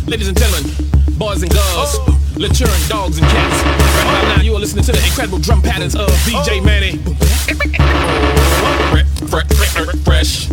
Ladies and gentlemen, boys and girls, maturing dogs and cats. Right about now, you are listening to the incredible drum patterns of DJ Manny. Fresh,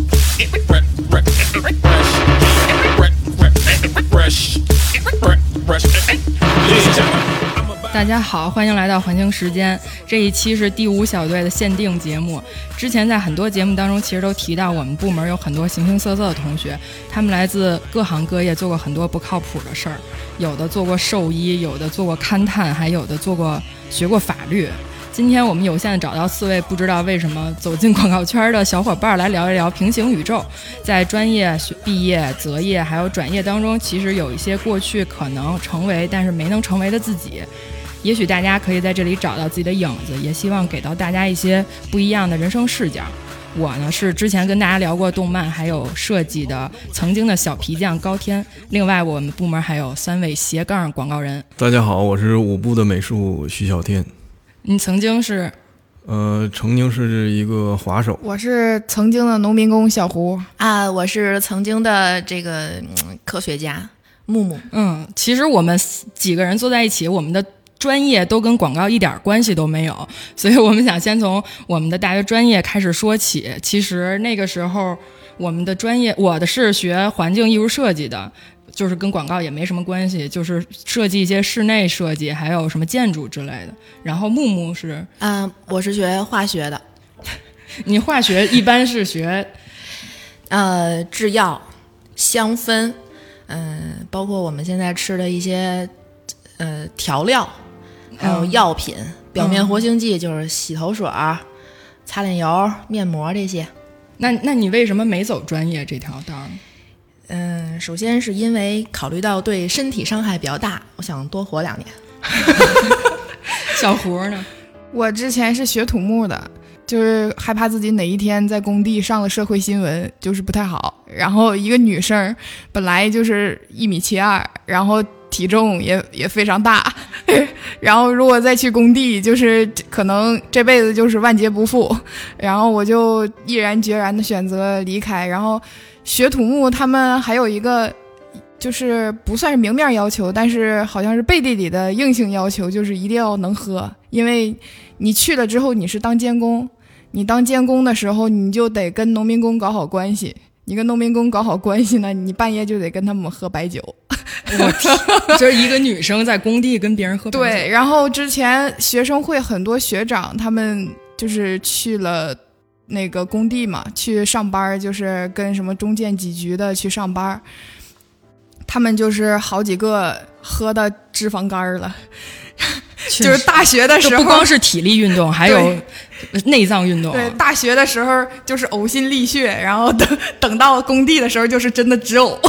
fresh. 大家好，欢迎来到环境时间。这一期是第5小队的限定节目。之前在很多节目当中其实都提到我们部门有很多形形色色的同学，他们来自各行各业，做过很多不靠谱的事儿，有的做过兽医，有的做过勘探，还有的学过法律。今天我们有幸找到4位不知道为什么走进广告圈的小伙伴来聊一聊平行宇宙。在专业毕业、择业还有转业当中，其实有一些过去可能成为但是没能成为的自己，也许大家可以在这里找到自己的影子，也希望给到大家一些不一样的人生视角。我呢是之前跟大家聊过动漫还有设计的曾经的小皮匠高天，另外我们部门还有3位斜杠广告人。 大家好，我是5部的美术徐小天。 你曾经是曾经是一个滑手。 我是曾经的农民工小胡啊，我是曾经的这个科学家木木。 其实我们几个人坐在一起，我们的专业都跟广告一点关系都没有，所以我们想先从我们的大学专业开始说起。其实那个时候我们的专业，我的是学环境艺术设计的，就是跟广告也没什么关系，就是设计一些室内设计还有什么建筑之类的。然后木木是我是学化学的。 你化学一般是学制药、香氛，包括我们现在吃的一些调料，还有药品，表面活性剂就是洗头水、擦脸油、面膜这些。 那你为什么没走专业这条道？ 首先是因为考虑到对身体伤害比较大，我想多活2年。 小胡呢？ 我之前是学土木的，就是害怕自己哪一天在工地上了社会新闻，就是不太好。然后一个女生本来就是1.72米，然后体重也非常大，然后如果再去工地，就是可能这辈子就是万劫不复。然后我就毅然决然的选择离开。然后学土木他们还有一个就是不算是明面要求，但是好像是背地里的硬性要求，就是一定要能喝。因为你去了之后你是当监工，你当监工的时候你就得跟农民工搞好关系，你跟农民工搞好关系呢，你半夜就得跟他们喝白酒。 我天，就是一个女生在工地跟别人喝白酒。 对，然后之前学生会很多学长他们就是去了那个工地嘛，去上班，就是跟什么中建几局的去上班，他们就是好几个喝到脂肪肝了。就是大学的时候不光是体力运动还有内脏运动。 对，大学的时候就是呕心沥血，然后等到工地的时候就是真的直呕。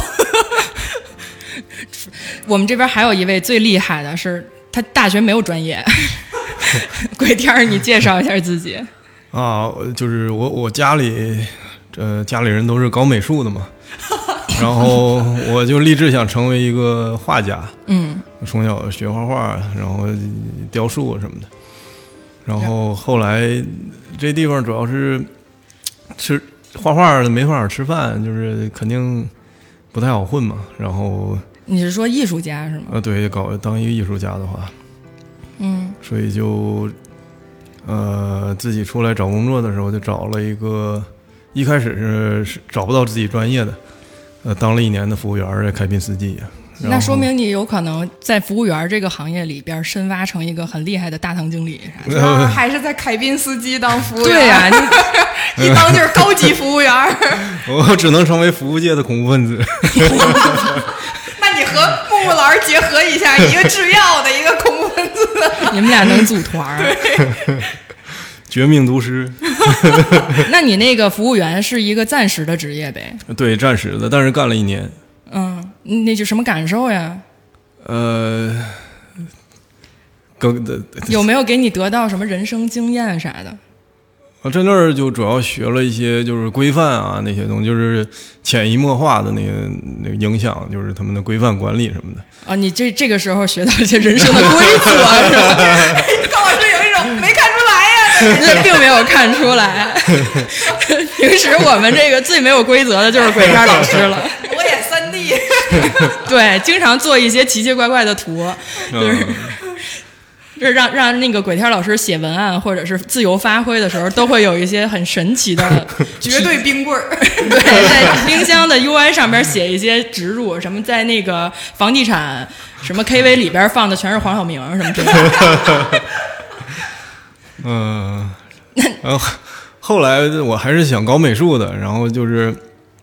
我们这边还有一位最厉害的是他大学没有专业。鬼天，你介绍一下自己。 就是我家里人都是搞美术的嘛。然后我就立志想成为一个画家。从小学画画，然后雕塑什么的。然后后来这地方主要是吃画画的没法吃饭，就是肯定不太好混嘛。然后你是说艺术家是吗？ 对，当一个艺术家的话，所以就自己出来找工作的时候就找了一个，一开始是找不到自己专业的。当了1年的服务员，在凯宾斯基。 那说明你有可能在服务员这个行业里边深挖成一个很厉害的大堂经理啥的。 还是在凯宾斯基当服务员？ 对呀， 一当就是高级服务员。 我只能成为服务界的恐怖分子。 那你和木木老师结合一下，一个制药的，一个恐怖分子， 你们俩能组团。 对。 绝命毒师。 那你那个服务员是一个暂时的职业呗？ 对，暂时的，但是干了1年。 那就什么感受呀？有没有给你得到什么人生经验啥的？ 在那儿就主要学了一些就是规范啊，那些东西就是潜移默化的那个影响，就是他们的规范管理什么的。 你这个时候学到一些人生的规则是吧？ 高老师有一种没看出来呀。 这并没有看出来。平时我们这个最没有规则的就是鬼片老师了。 我演3D。 对，经常做一些奇奇怪怪的图，就是这让那个鬼天老师写文案或者是自由发挥的时候，都会有一些很神奇的绝对冰棍儿。 对，在冰箱的 UI 上边写一些植入，什么在那个房地产什么 KV 里边放的全是黄晓明什么之类的。 后来我还是想搞美术的，然后就是，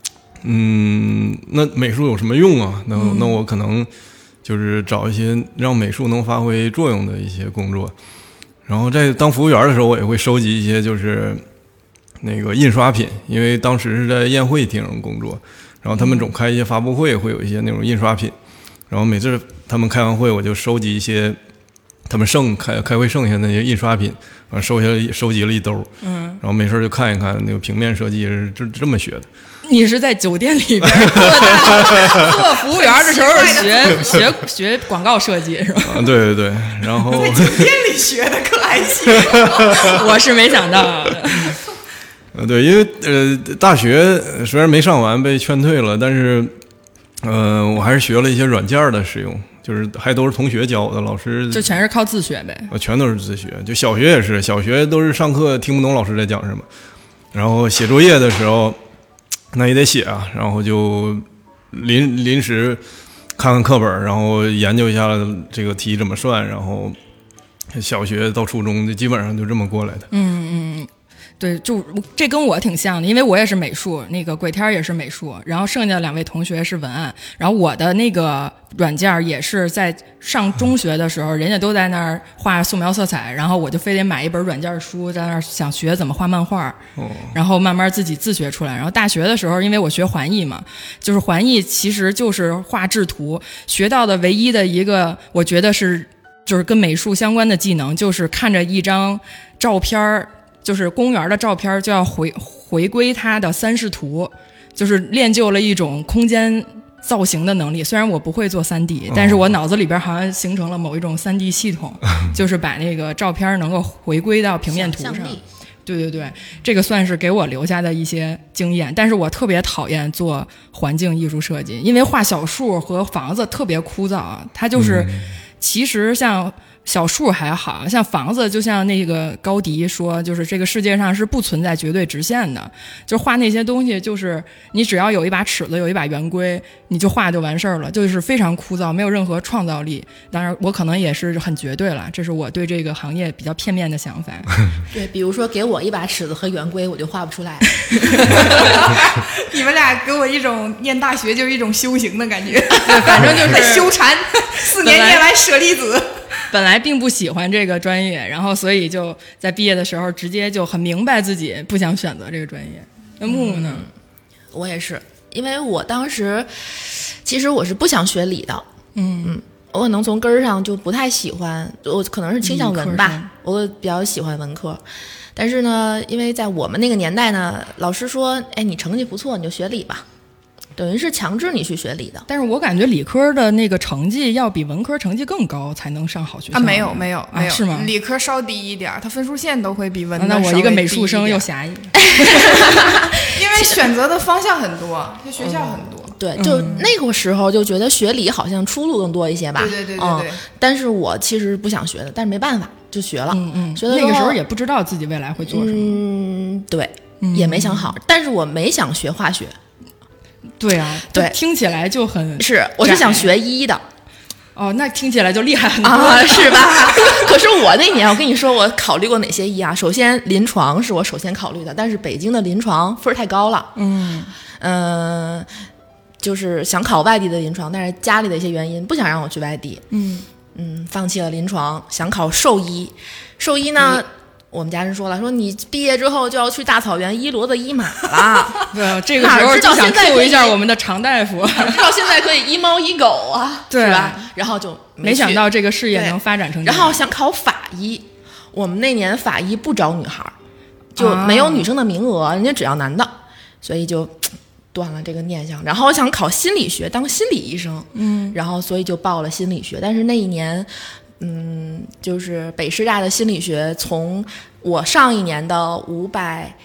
那美术有什么用啊？那我可能就是找一些让美术能发挥作用的一些工作。然后在当服务员的时候，我也会收集一些就是那个印刷品，因为当时是在宴会厅工作，然后他们总开一些发布会，会有一些那种印刷品，然后每次他们开完会，我就收集一些他们开会剩下的那些印刷品，收集了一兜，然后没事就看一看那个平面设计是这么学的。 你是在酒店里边做服务员的时候学广告设计是吧？ 对对对，然后在酒店里学的可还行， 我是没想到。 对，因为大学虽然没上完被劝退了，但是我还是学了一些软件的使用，就是还都是同学教的，老师就全是靠自学呗。 全都是自学，就小学也是，小学都是上课听不懂老师在讲什么，然后写作业的时候那也得写啊，然后就临时看看课本，然后研究一下这个题怎么算，然后小学到初中就基本上就这么过来的。 对，就这跟我挺像的，因为我也是美术，那个鬼天也是美术，然后剩下2位同学是文案，然后我的那个软件也是在上中学的时候，人家都在那儿画素描色彩，然后我就非得买一本软件书，在那儿想学怎么画漫画，然后慢慢自己自学出来。然后大学的时候，因为我学环艺嘛，就是环艺其实就是画制图，学到的唯一的一个我觉得是就是跟美术相关的技能，就是看着一张照片就是公园的照片就要回归它的3视图，就是练就了一种空间造型的能力。虽然我不会做3D，但是我脑子里边好像形成了某一种3D 系统，就是把那个照片能够回归到平面图上。对对对，这个算是给我留下的一些经验。但是我特别讨厌做环境艺术设计，因为画小树和房子特别枯燥，它就是其实像小树还好像房子，就像那个高迪说，就是这个世界上是不存在绝对直线的，就画那些东西，就是你只要有一把尺子有一把圆规，你就画就完事儿了，就是非常枯燥，没有任何创造力。当然我可能也是很绝对了，这是我对这个行业比较片面的想法。 对，比如说给我一把尺子和圆规，我就画不出来。 你们俩给我一种念大学就是一种修行的感觉， 反正就是修禅，4年念完舍利子。 本来并不喜欢这个专业，然后所以就在毕业的时候直接就很明白自己不想选择这个专业。那木木呢？ 我也是，因为我当时其实我是不想学理的，我可能从根儿上就不太喜欢，我可能是倾向文吧，我比较喜欢文科。但是呢，因为在我们那个年代呢，老师说，哎，你成绩不错，你就学理吧。等于是强制你去学理的， 但是我感觉理科的那个成绩要比文科成绩更高才能上好学校。 没有没有， 是吗？ 理科稍低一点，它分数线都会比文科那我一个美术生又狭义， 因为选择的方向很多，就学校很多。 对，就那个时候就觉得学理好像出路更多一些吧。 对。 但是我其实不想学的，但是没办法就学了。学了那个时候也不知道自己未来会做什么。 对，也没想好。但是我没想学化学。 对啊， 对， 听起来就很我是想学医的。 哦，那听起来就厉害很多是吧？可是我那年我跟你说，我考虑过哪些医啊？首先临床是我首先考虑的，但是北京的临床分太高了。就是想考外地的临床，但是家里的一些原因不想让我去外地。放弃了临床，想考兽医。兽医呢？我们家人说了，说你毕业之后就要去大草原医骡子医马了。 对，这个时候就想 Q 一下我们的常大夫， 知道现在可以医猫医狗啊， 对是吧？然后就没想到这个事业能发展成这样。 然后想考法医，我们那年法医不招女孩，就没有女生的名额，人家只要男的，所以就断了这个念想。然后想考心理学，当心理医生，然后所以就报了心理学。但是那一年。就是北师大的心理学，从我上一年的500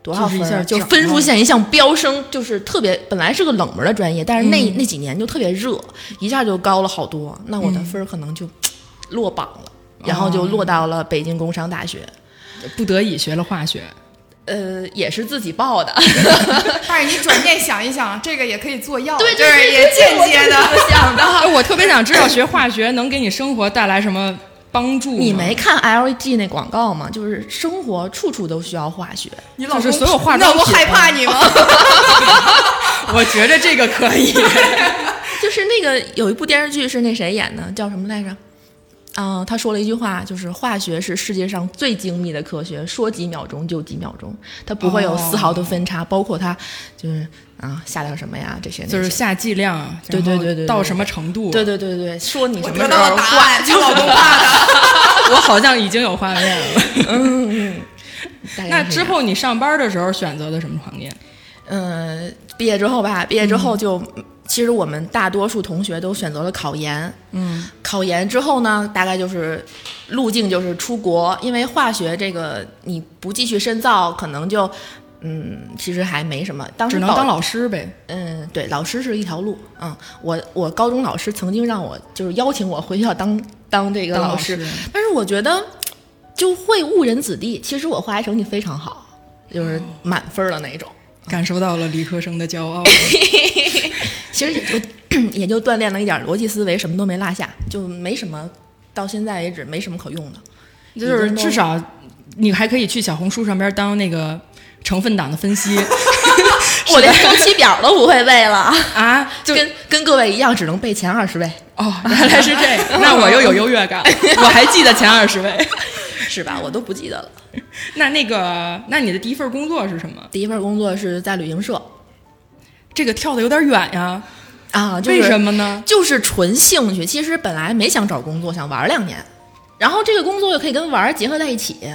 多少分， 就是一下就分数线一向飙升，就是特别本来是个冷门的专业，但是那几年就特别热，一下就高了好多，那我的分可能就落榜了，然后就落到了北京工商大学， 不得已学了化学。 也是自己报的， 但是你转念想一想，这个也可以做药， 对， 就是也间接的想的。 我特别想知道学化学能给你生活带来什么帮助。 你没看 LG 那广告吗？就是生活处处都需要化学。 你老公就是所有化妆品那我害怕你吗？ 我觉得这个可以。 就是那个有一部电视剧是那谁演的，叫什么来着？他说了一句话，就是化学是世界上最精密的科学，说几秒钟就几秒钟，它不会有丝毫的分差，包括它就是下点什么呀，这些就是下剂量， 对对对对， 到什么程度？ 对对对对，说你什么时候得到了答案，就老公怕的。 我好像已经有画面了。 那之后你上班的时候选择的什么行业？ 毕业之后吧，毕业之后就。其实我们大多数同学都选择了考研，考研之后呢，大概就是路径就是出国，因为化学这个你不继续深造，可能就其实还没什么。当时只能当老师呗。 对，老师是一条路。我高中老师曾经让我就是邀请我回校当这个老师，但是我觉得就会误人子弟。其实我化学成绩非常好，就是满分的那种。 感受到了理科生的骄傲。 其实也就锻炼了一点逻辑思维，什么都没落下，就没什么，到现在为止没什么可用的。 就是至少你还可以去小红书上边当那个成分党的分析。 我连周期表都不会背了啊！ 就跟各位一样，只能背前20位。 哦，原来是这个，那我又有优越感。我还记得前20位， 是吧？我都不记得了。 那你的第一份工作是什么？ 第一份工作是在旅行社。 这个跳的有点远呀。 就是、 为什么呢？ 就是纯兴趣。其实本来没想找工作，想玩2年，然后这个工作又可以跟玩结合在一起。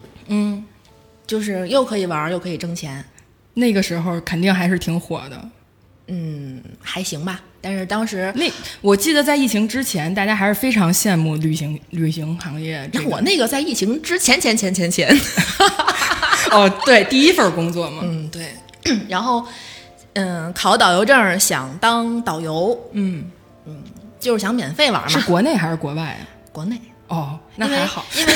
就是又可以玩又可以挣钱。 那个时候肯定还是挺火的。 还行吧。但是当时我记得在疫情之前，大家还是非常羡慕旅行行业。 那我那个在疫情之前。 哦，对，第一份工作嘛。 对。然后考导游证，想当导游。就是想免费玩嘛。 是国内还是国外啊？ 国内。 哦，那还好， 因为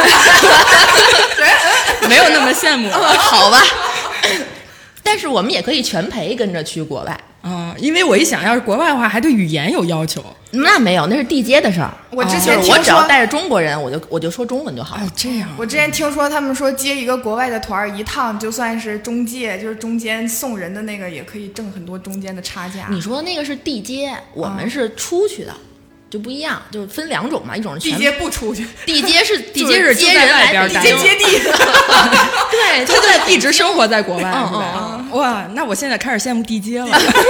没有那么羡慕。 好吧。但是我们也可以全陪跟着去国外。 因为我一想要是国外的话还对语言有要求。 那没有，那是地接的事儿。 我之前我只要带着中国人，我就说中文就好了。 这样。 我之前听说他们说接一个国外的团一趟就算是中介，就是中间送人的那个也可以挣很多中间的差价。 你说那个是地接，我们是出去的。就不一样，就分2种嘛，一种是地接不出去， 地接是接人来边地接接地。 对， 他在一直生活在国外。哇，那我现在开始羡慕地接了。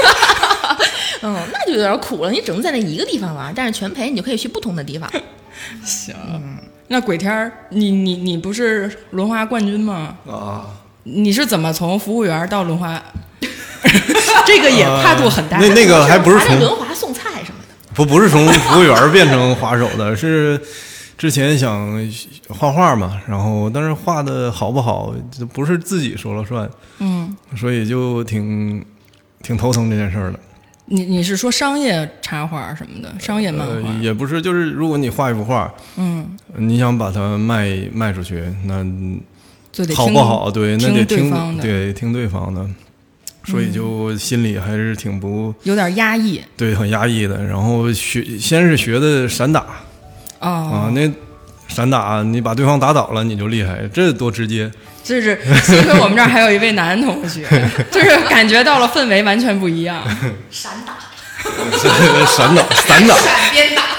那就有点苦了。你只能在那一个地方玩，但是全陪你就可以去不同的地方。 行，那鬼天儿，你不是轮滑冠军吗？你是怎么从服务员到轮滑？这个也跨度很大。 那个还不是从轮滑送菜什么的。 不是从服务员变成滑手的，是之前想画画嘛，然后但是画的好不好不是自己说了算，所以就挺头疼这件事儿的。 你是说商业插画什么的，商业漫画？ 也不是，就是如果你画一幅画，你想把它卖出去，那就得好不好？对，那得听对方的。所以就心里还是有点压抑， 对，很压抑的。然后先是学的散打，那散打你把对方打倒了你就厉害，这多直接。 就是幸亏我们这儿还有一位男同学，就是感觉到了氛围完全不一样。 散打， 散边打，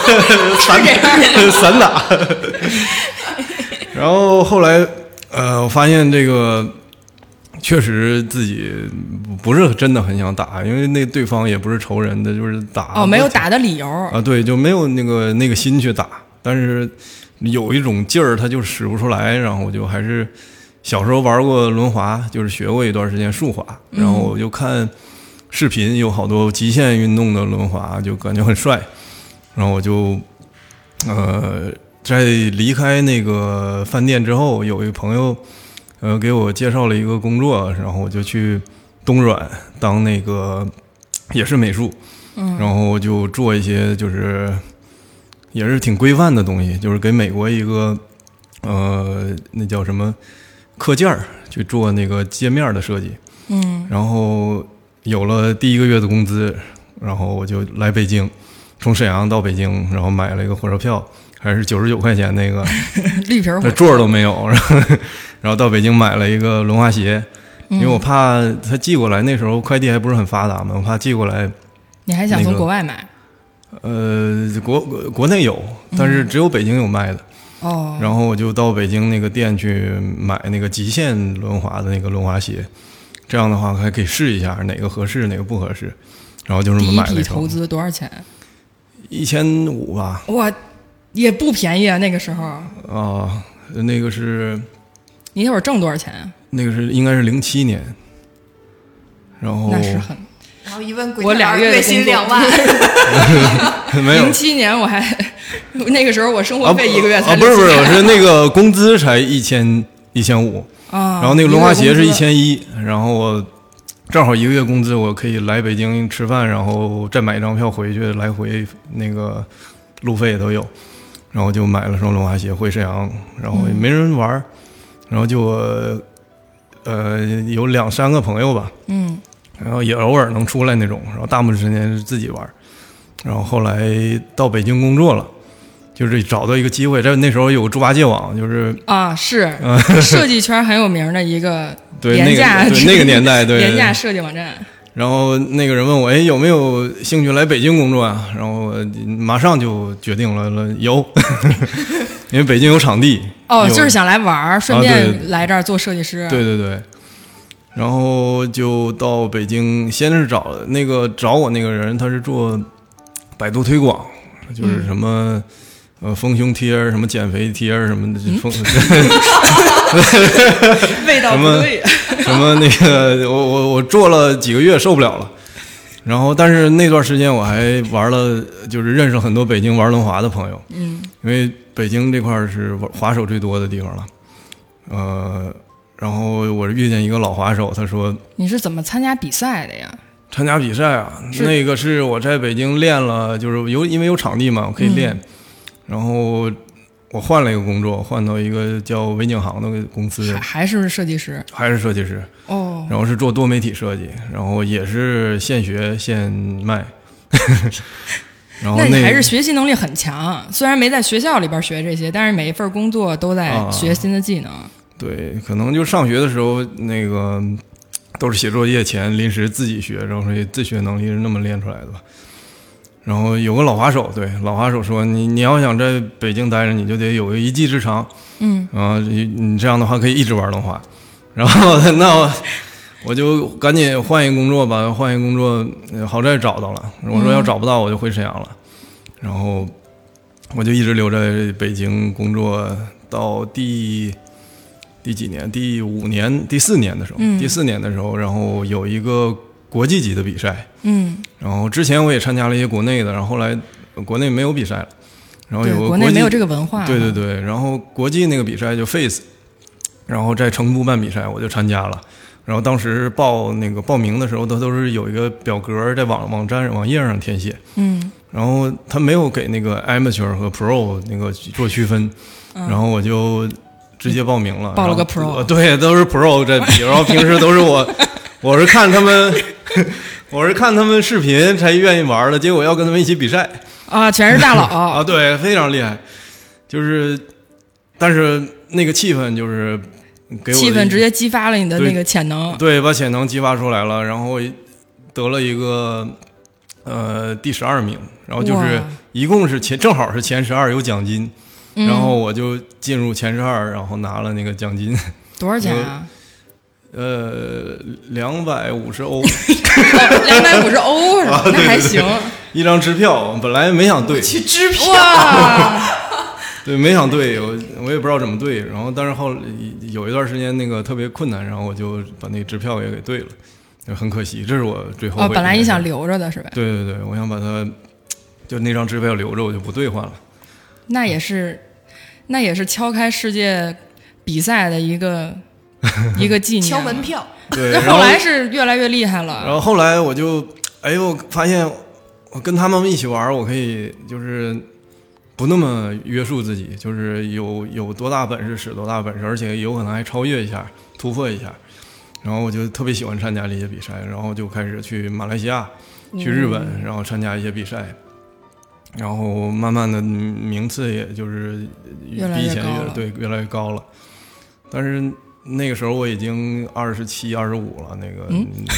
散打。然后后来我发现这个。确实自己不是真的很想打，因为那对方也不是仇人的，就是打没有打的理由对，就没有那个心去打，但是有一种劲儿他就使不出来，然后我就还是小时候玩过轮滑，就是学过一段时间速滑，然后我就看视频有好多极限运动的轮滑，就感觉很帅，然后我就在离开那个饭店之后，有一个朋友给我介绍了一个工作，然后我就去东软当那个也是美术，然后就做一些就是也是挺规范的东西，就是给美国一个那叫什么课件去做那个界面的设计，然后有了第1个月的工资，然后我就来北京，从沈阳到北京，然后买了一个火车票，还是99块钱那个绿皮火座都没有，然后到北京买了一个轮滑鞋，因为我怕他寄过来，那时候快递还不是很发达嘛，我怕寄过来。 你还想从国外买？ 国内有，但是只有北京有卖的。然后我就到北京那个店去买那个极限轮滑的那个轮滑鞋，这样的话还可以试一下哪个合适哪个不合适，然后就这么买了。 第一笔投资多少钱 ？1500吧。 哇，也不便宜啊，那个时候。 啊，那个是。 你那会儿挣多少钱啊？ 那个是应该是07年，然后那是很。 然后一问我2月月薪2万， 没有。 07年我还那个时候我生活费1个月才不是，我是那个工资才1500 啊， 然后那个轮滑鞋是1100，然后我正好1个月工资，我可以来北京吃饭，然后再买一张票回去，来回那个路费都有，然后就买了双轮滑鞋回沈阳，然后也没人玩，然后就有2-3个朋友吧，然后也偶尔能出来那种，然后大部分时间是自己玩，然后后来到北京工作了，就是找到一个机会，在那时候有个猪八戒网，就是是设计圈很有名的一个廉价那个年代对廉价设计网站。 然后那个人问我，有没有兴趣来北京工作啊？然后我马上就决定了，有，因为北京有场地。 就是想来玩，顺便来这儿做设计师。 对。然后就到北京，先是找我那个人，他是做百度推广，就是什么丰胸贴什么减肥贴什么的， 味道不对。 什么那个我做了几个月受不了了，然后但是那段时间我还玩了，就是认识很多北京玩轮滑的朋友，因为北京这块是滑手最多的地方了，然后我遇见一个老滑手，他说：“你是怎么参加比赛的呀？” 参加比赛啊，那个是我在北京练了，就是因为有场地嘛，我可以练。然后我换了一个工作，换到一个叫维景行的公司， 还是设计师， 还是设计师然后是做多媒体设计，然后也是现学现卖。然后那你还是学习能力很强，虽然没在学校里边学这些，但是每一份工作都在学新的技能。 对，可能就上学的时候那个都是写作业前临时自己学，然后所以自学能力是那么练出来的吧。然后有个老滑手，对，老滑手说你要想在北京待着，你就得有个一技之长，你这样的话可以一直玩轮滑。然后那我就赶紧换一个工作吧，换一个工作，好在找到了。我说要找不到我就回沈阳了，然后我就一直留在北京工作到第几年？第5年、第4年的时候，第4年的时候，然后有一个国际级的比赛，然后之前我也参加了一些国内的，然后后来国内没有比赛了，然后有个国内没有这个文化， 对，然后国际那个比赛就 Face， 然后在成都办比赛，我就参加了。然后当时报名的时候，它都是有一个表格在网页上填写，然后他没有给那个 Amateur 和 Pro 那个做区分，然后我就直接报名了， 报了个 Pro， 对，都是 Pro 在比，然后平时都是我是看他们视频才愿意玩的，结果要跟他们一起比赛啊，全是大佬对，非常厉害，就是但是那个气氛就是给我气氛直接激发了你的那个潜能， 对，把潜能激发出来了，然后得了一个第12名，然后就是一共是正好是前12有奖金，然后我就进入前12，然后拿了那个奖金。 多少钱啊 ？250欧。 250欧是吧？那还行。 一张支票，本来没想兑。 去支票。 对，没想兑，我也不知道怎么兑，然后但是后来有一段时间那个特别困难，然后我就把那个支票也给兑了，就很可惜，这是我最后悔的。 本来你想留着的是吧？ 对，我想把它就那张支票留着，我就不兑换了。那也是敲开世界比赛的一个一个纪念， 敲门票。 对， 那后来是越来越厉害了。 然后后来我就，我发现我跟他们一起玩，我可以就是不那么约束自己，就是有多大本事使多大本事，而且有可能还超越一下、突破一下。然后我就特别喜欢参加这些比赛，然后就开始去马来西亚、去日本，然后参加一些比赛。然后慢慢的名次也就是比以前越来越高了，但是那个时候我已经27、25了，那个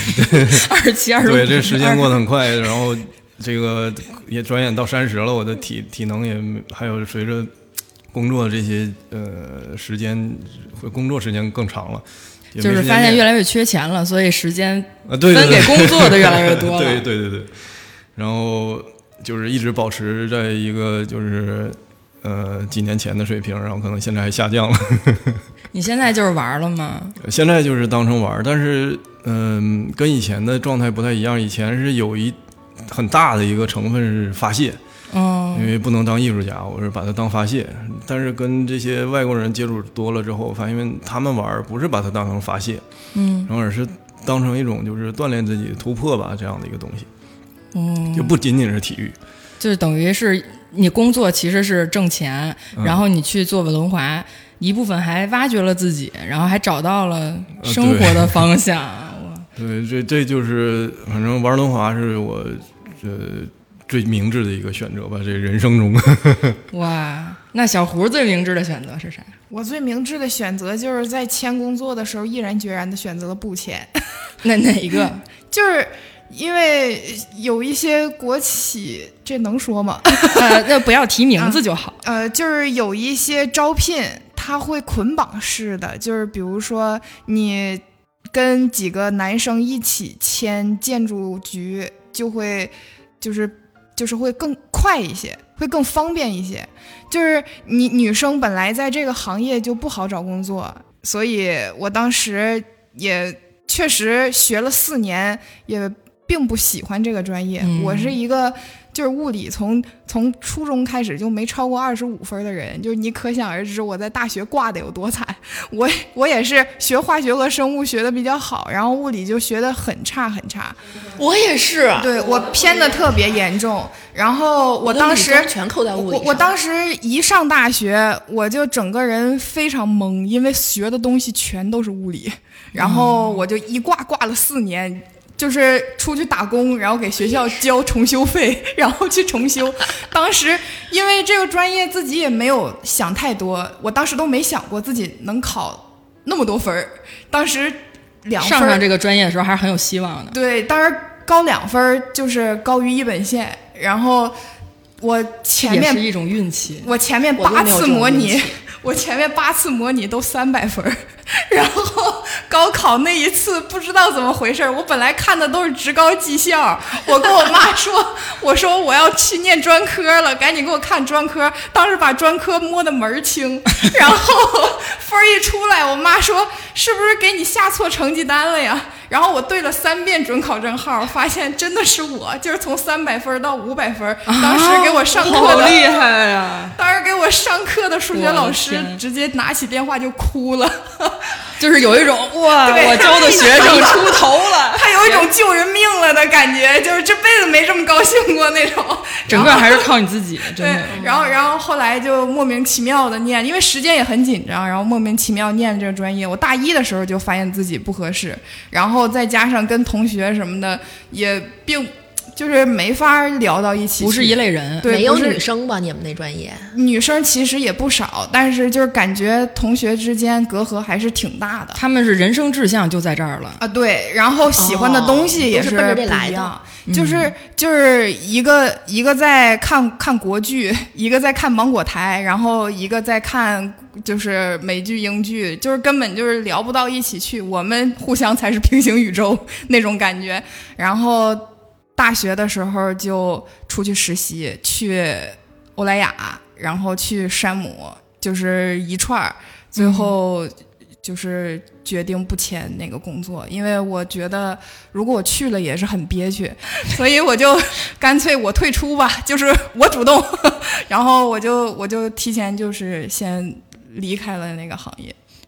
27、25， 对，这时间过得很快，然后这个也转眼到30了，我的体能也还有随着工作这些时间，工作时间更长了， 就是发现越来越缺钱了，所以时间分给工作的越来越多了。 对，然后就是一直保持在一个就是几年前的水平，然后可能现在还下降了。 你现在就是玩了吗？ 现在就是当成玩，但是跟以前的状态不太一样。以前是有很大的一个成分是发泄，因为不能当艺术家，我是把它当发泄。但是跟这些外国人接触多了之后，我发现他们玩不是把它当成发泄，然后而是当成一种就是锻炼自己突破吧这样的一个东西。就不仅仅是体育， 就是等于是你工作其实是挣钱，然后你去做轮滑，一部分还挖掘了自己，然后还找到了生活的方向。 对，这就是反正玩轮滑是我最明智的一个选择吧，这人生中。 哇，那小胡最明智的选择是啥？ 我最明智的选择就是在签工作的时候毅然决然的选择了不签。 那哪一个？ 就是因为有一些国企，这能说吗？ 那不要提名字就好。 就是有一些招聘它会捆绑式的，就是比如说你跟几个男生一起签建筑局，就会就是会更快一些，会更方便一些。就是你女生本来在这个行业就不好找工作，所以我当时也确实学了4年，也并不喜欢这个专业。我是一个就是物理从初中开始就没超过25分的人，就是你可想而知我在大学挂的有多惨。我也是学化学和生物学的比较好，然后物理就学的很差。 我也是， 对，我偏的特别严重。然后我当时全扣在物理上。 我当时一上大学，我就整个人非常懵，因为学的东西全都是物理，然后我就一挂了4年。就是出去打工，然后给学校交重修费，然后去重修。当时因为这个专业自己也没有想太多，我当时都没想过自己能考那么多分。当时2分上这个专业的时候还是很有希望的。 对，当时高2分就是高于一本线。然后我前面也是一种运气， 我前面8次模拟，我前面8次模拟都300分，然后高考那一次不知道怎么回事，我本来看的都是职高技校，我跟我妈说，我说我要去念专科了，赶紧给我看专科。当时把专科摸得门清，然后分一出来，我妈说是不是给你下错成绩单了呀？然后我对了3遍准考证号，发现真的是我，就是从300分到500分。当时给我上课的， 好厉害呀！ 当时给我上课的数学老师直接拿起电话就哭了， 就是有一种哇，我教的学生出头了， 他有一种救人命了的感觉，就是这辈子没这么高兴过那种。 整个还是靠你自己，真的。 对，然后后来就莫名其妙的念，因为时间也很紧张，然后莫名其妙念这个专业。我大1的时候就发现自己不合适，然后再加上跟同学什么的也并就是没法聊到一起， 不是一类人。 对， 没有女生吧？你们那专业女生其实也不少，但是就是感觉同学之间隔阂还是挺大的。 他们是人生志向就在这儿了啊，对，然后喜欢的东西也是不一样。就是一个在看国剧，一个在看芒果台，然后一个在看就是美剧英剧，就是根本就是聊不到一起去，我们互相才是平行宇宙那种感觉。然后大学的时候就出去实习，去欧莱雅，然后去山姆，就是一串，最后就是决定不签那个工作，因为我觉得如果我去了也是很憋屈，所以我就干脆我退出吧，就是我主动，然后我就提前就是先离开了那个行业。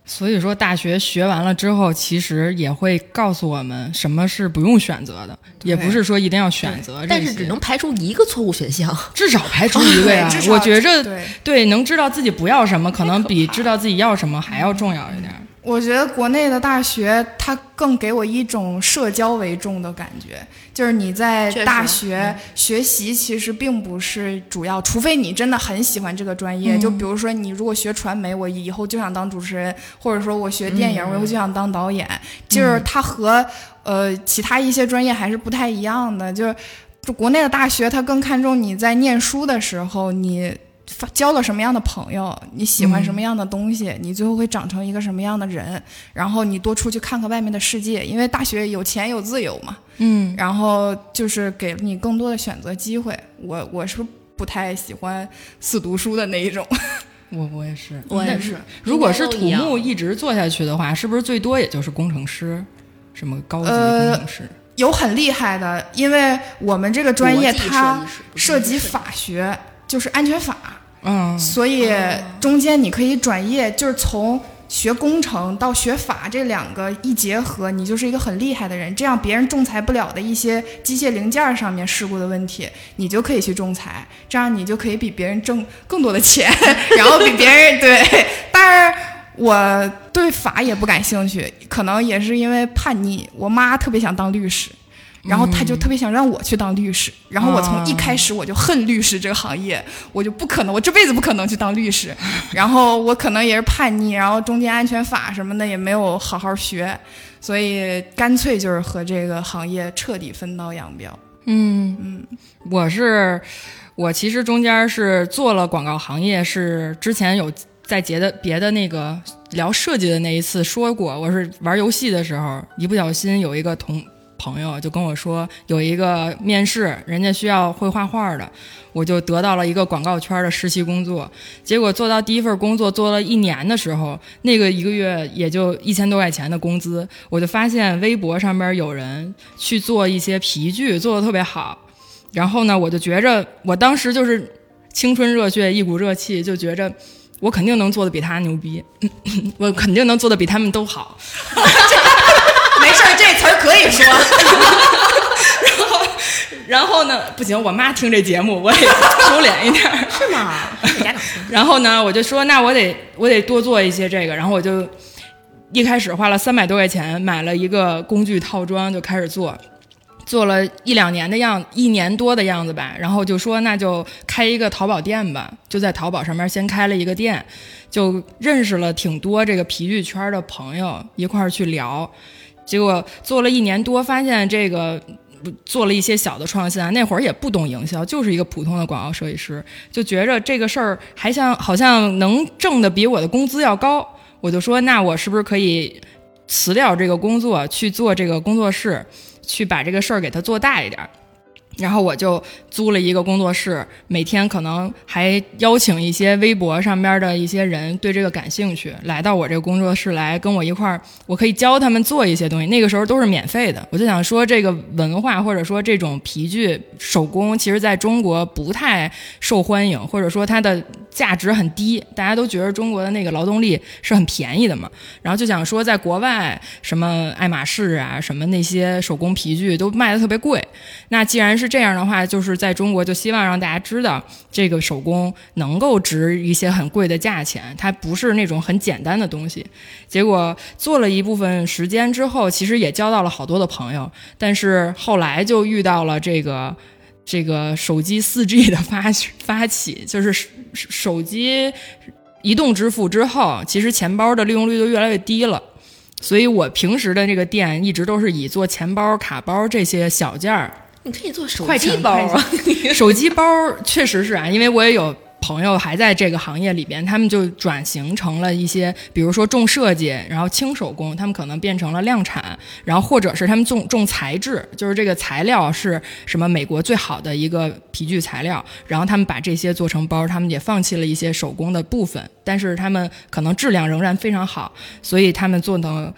所以说大学学完了之后，其实也会告诉我们什么是不用选择的，也不是说一定要选择， 但是只能排除一个错误选项， 至少排除一个呀。我觉着对， 能知道自己不要什么，可能比知道自己要什么还要重要一点。 我觉得国内的大学它更给我一种社交为重的感觉，就是你在大学学习其实并不是主要，除非你真的很喜欢这个专业，就比如说你如果学传媒，我以后就想当主持人，或者说我学电影，我以后就想当导演，就是它和其他一些专业还是不太一样的，就国内的大学它更看重你在念书的时候你交了什么样的朋友，你喜欢什么样的东西，你最后会长成一个什么样的人，然后你多出去看看外面的世界，因为大学有钱有自由嘛，然后就是给了你更多的选择机会。我是不太喜欢死读书的那一种。 我也是， 我也是。 如果是土木一直做下去的话，是不是最多也就是工程师，什么高级工程师？ 有很厉害的，因为我们这个专业它涉及法学，就是安全法，所以中间你可以转业，就是从学工程到学法这两个一结合，你就是一个很厉害的人。这样别人仲裁不了的一些机械零件上面事故的问题，你就可以去仲裁，这样你就可以比别人挣更多的钱，然后比别人对。但是我对法也不感兴趣，可能也是因为叛逆，我妈特别想当律师，然后她就特别想让我去当律师，然后我从一开始我就恨律师这个行业，我就不可能，我这辈子不可能去当律师。然后我可能也是叛逆，然后中间安全法什么的也没有好好学，所以干脆就是和这个行业彻底分道扬镳。 我其实中间是做了广告行业，是之前有在别的那个聊设计的那一次说过，我是玩游戏的时候一不小心有一个朋友就跟我说有一个面试，人家需要会画画的，我就得到了一个广告圈的实习工作。结果做到第一份工作做了1年的时候，那个1个月也就1000多块钱的工资，我就发现微博上边有人去做一些皮具，做得特别好。然后呢，我就觉着我当时就是青春热血一股热气，就觉着我肯定能做得比他牛逼，我肯定能做得比他们都好。 没事，这词儿可以说。 然后呢，不行，我妈听这节目，我得收敛一点。 是吗？ 然后呢，我就说，那我得多做一些这个。然后我就一开始花了300多块钱买了一个工具套装，就开始做了1-2年的1年多的样子吧。然后就说那就开一个淘宝店吧，就在淘宝上面先开了一个店，就认识了挺多这个皮具圈的朋友，一块儿去聊。结果做了1年多，发现这个做了一些小的创新啊，那会儿也不懂营销，就是一个普通的广告设计师，就觉着这个事儿好像能挣的比我的工资要高。我就说那我是不是可以辞掉这个工作，去做这个工作室，去把这个事儿给它做大一点。然后我就租了一个工作室，每天可能还邀请一些微博上边的一些人对这个感兴趣，来到我这个工作室来跟我一块儿，我可以教他们做一些东西。那个时候都是免费的。我就想说，这个文化或者说这种皮具手工，其实在中国不太受欢迎，或者说它的价值很低，大家都觉得中国的那个劳动力是很便宜的嘛。然后就想说，在国外什么爱马仕啊，什么那些手工皮具都卖的特别贵。那既然是这样的话，就是在中国就希望让大家知道这个手工能够值一些很贵的价钱，它不是那种很简单的东西。结果做了一部分时间之后，其实也交到了好多的朋友，但是后来就遇到了这个手机 4G 的发起，就是手机移动支付之后，其实钱包的利用率就越来越低了。所以我平时的这个店一直都是以做钱包、卡包这些小件儿。 你可以做手机包啊， 手机包确实是啊，因为我也有朋友还在这个行业里边，他们就转型成了一些，比如说重设计，然后轻手工，他们可能变成了量产，然后或者是他们重材质，就是这个材料是什么美国最好的一个皮具材料，然后他们把这些做成包，他们也放弃了一些手工的部分，但是他们可能质量仍然非常好，所以他们做的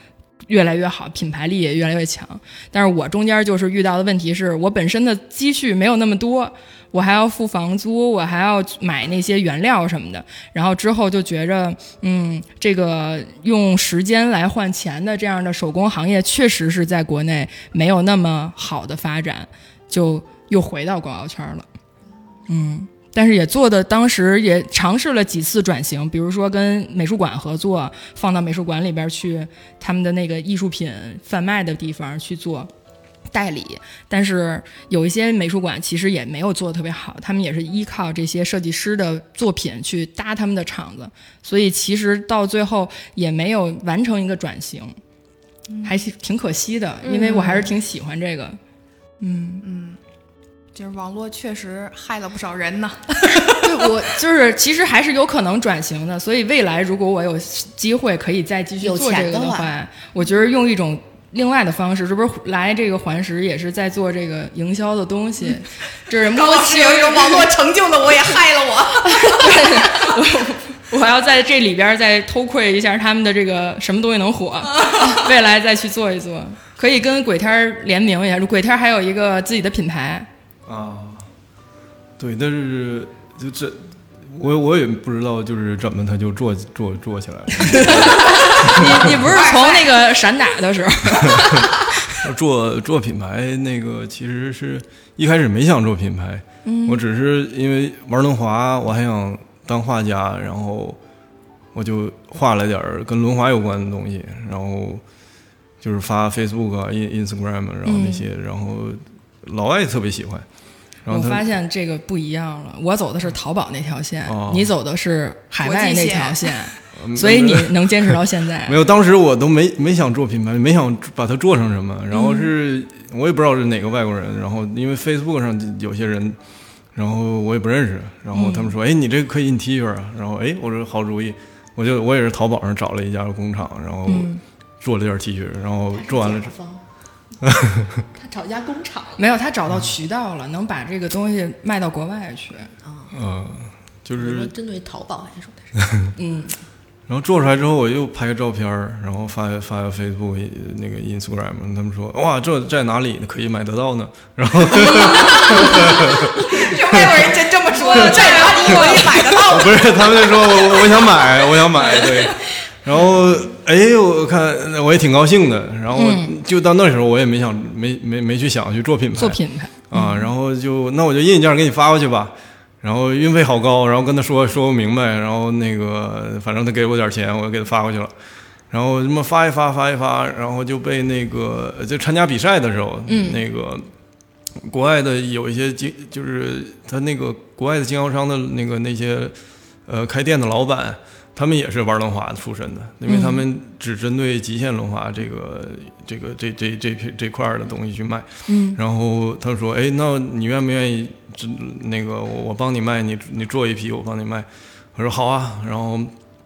越来越好，品牌力也越来越强。但是我中间就是遇到的问题是我本身的积蓄没有那么多，我还要付房租，我还要买那些原料什么的，然后之后就觉着这个用时间来换钱的这样的手工行业确实是在国内没有那么好的发展，就又回到广告圈了。但是也做的，当时也尝试了几次转型，比如说跟美术馆合作，放到美术馆里边去，他们的那个艺术品贩卖的地方去做代理。但是有一些美术馆其实也没有做得特别好，他们也是依靠这些设计师的作品去搭他们的场子，所以其实到最后也没有完成一个转型，还是挺可惜的，因为我还是挺喜欢这个。 就是网络确实害了不少人呢。 对，我就是其实还是有可能转型的，所以未来如果我有机会可以再继续做这个的话，我觉得用一种另外的方式，这不是来这个环石也是在做这个营销的东西，这是高老师有一种网络成就的，我也害了我。 我还要在这里边再偷窥一下他们的这个什么东西能火，未来再去做一做，可以跟鬼天联名一下。鬼天还有一个自己的品牌。 对，但是就这，我也不知道，就是怎么他就做起来了。 你不是从那个闪打的时候做品牌那个，其实是一开始没想做品牌，我只是因为玩轮滑，我还想当画家，然后我就画了点跟轮滑有关的东西，然后就是发 Facebook 啊、Instagram， 然后那些，然后老外特别喜欢。 我发现这个不一样了，我走的是淘宝那条线，你走的是海外那条线，所以你能坚持到现在。 没有，当时我都没想做品牌，没想把它做成什么，然后是我也不知道是哪个外国人，然后因为 Facebook 上有些人，然后我也不认识，然后他们说，哎，你这个可以印 T 恤啊，然后哎，我说好主意，我也是淘宝上找了一家工厂，然后做了点 T 恤，然后做完了之后。 他找一家工厂， 没有，他找到渠道了，能把这个东西卖到国外去。 就是针对淘宝来说的是。 然后做出来之后，我又拍个照片，然后发 Facebook 那个 Instagram， 他们说哇，这在哪里可以买得到呢？然后，这外国人真这么说，在哪里可以买得到？ 不是，他们就说我想买，对。然后我看我也挺高兴的，然后就到那时候我也没去想去做品牌然后那我就印一件给你发过去吧，然后运费好高，然后跟他说不明白，然后那个反正他给我点钱，我给他发过去了，然后这么发一发，然后就被那个就参加比赛的时候，那个国外的有一些就是他那个国外的经销商的那些开店的老板。他们也是玩轮滑出身的，因为他们只针对极限轮滑这块的东西去卖。然后他说：“哎，那你愿不愿意？那个我帮你卖，你做一批，我帮你卖。”我说：“好啊。”然后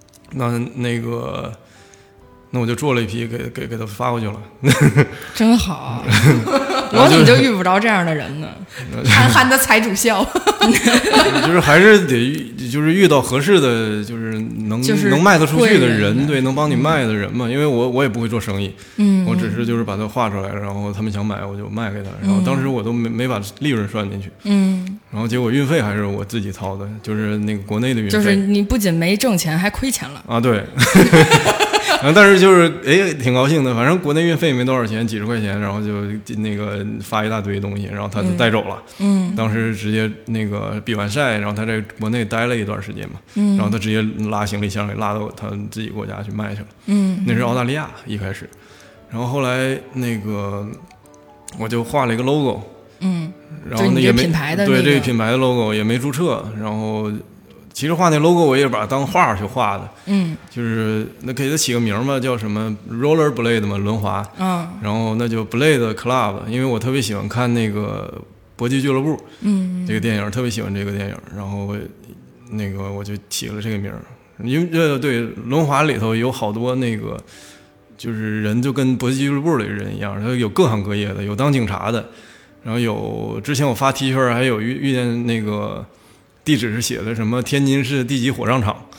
那我就做了一批，给他发过去了。 真好，我怎么就遇不着这样的人呢？ 憨憨的财主笑， 就是还是得就是遇到合适的，就是能卖得出去的人，对，能帮你卖的人嘛。因为我也不会做生意，我只是就是把它画出来，然后他们想买我就卖给他。然后当时我都没把利润算进去，然后结果运费还是我自己掏的，就是那个国内的运费。 就是你不仅没挣钱，还亏钱了啊！对。但是就是挺高兴的，反正国内运费没多少钱，几十块钱，然后就那个发一大堆东西，然后他就带走了。当时直接那个比完赛，然后他在国内待了一段时间嘛，然后他直接拉行李箱里拉到他自己国家去卖去了。那是澳大利亚一开始，然后后来那个我就画了一个 logo，然后那也没对这个品牌的 logo 也没注册，然后。其实画那 logo 我也把它当画去画的，就是那给它起个名嘛，叫什么 Roller Blade 嘛，轮滑，然后那就 Blade Club， 因为我特别喜欢看那个搏击俱乐部，这个电影特别喜欢这个电影，然后那个我就起了这个名，因为对轮滑里头有好多那个就是人就跟搏击俱乐部里的人一样，他有各行各业的，有当警察的，然后有之前我发 T 恤还有遇见那个。 地址是写的什么天津市第几火葬场。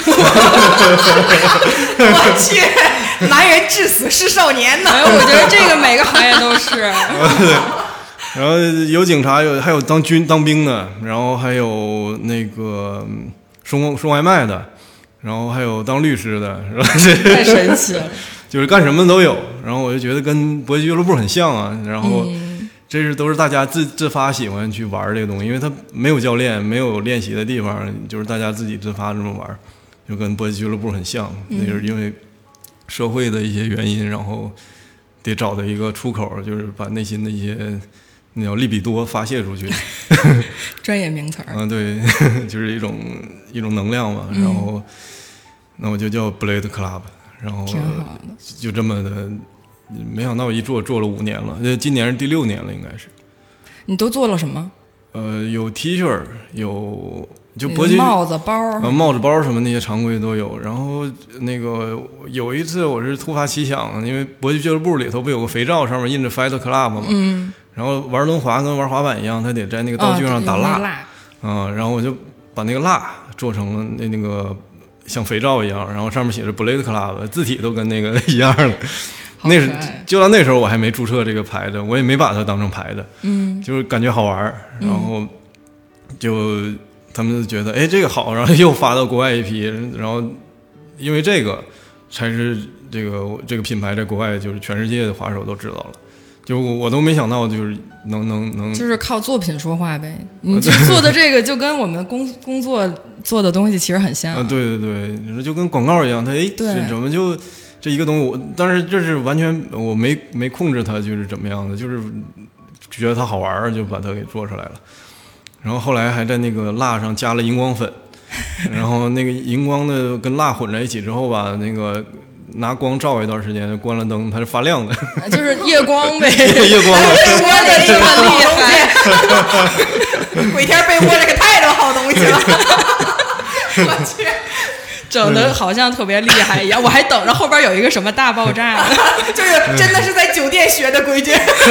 我去，男人至死是少年呢。 我觉得这个每个行业都是。 然后有警察，还有当兵的，然后还有那个送外卖的，然后还有当律师的，是吧？ 太神奇了， 就是干什么都有。然后我就觉得跟搏击俱乐部很像啊。然后都是大家自发喜欢去玩这个东西，因为它没有教练，没有练习的地方，就是大家自己自发这么玩，就跟搏击俱乐部很像。那就是因为社会的一些原因，然后得找到一个出口，就是把内心的一些那叫利比多发泄出去。 专业名词儿。 对，就是一种能量嘛。然后那我就叫 Blade Club， 然后就这么的。没想到一做了5年了，今年是第6年了，应该是。 你都做了什么？ 有 T 恤，有就搏击帽子包， 帽子包什么那些常规都有。然后那个有一次我是突发奇想，因为搏击俱乐部里头不有个肥皂上面印着 Fight Club 嘛，然后玩轮滑跟玩滑板一样，他得在那个道具上打蜡，然后我就把那个蜡做成了那个像肥皂一样，然后上面写着 Blade Club， 字体都跟那个一样的。那是就到那时候我还没注册这个牌子，我也没把它当成牌子，就是感觉好玩，然后就他们就觉得哎这个好，然后又发到国外一批，然后因为这个才是这个品牌在国外就是全世界的滑手都知道了，就我都没想到就是能就是靠作品说话呗。你做的这个就跟我们工作做的东西其实很像。 对，就跟广告一样，它怎么就。这一个东西但是这是完全我没控制它就是怎么样的，就是觉得它好玩就把它给做出来了。然后后来还在那个蜡上加了荧光粉，然后那个荧光的跟蜡混在一起之后吧，那个拿光照一段时间，关了灯它是发亮的， 就是夜光呗。 夜光了， 说的这个好东西，鬼天被窝这个太多好东西了。我去。 整的好像特别厉害一样，我还等着后边有一个什么大爆炸呢。 就是真的是在酒店学的规矩。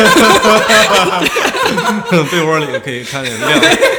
被窝里可以看见亮。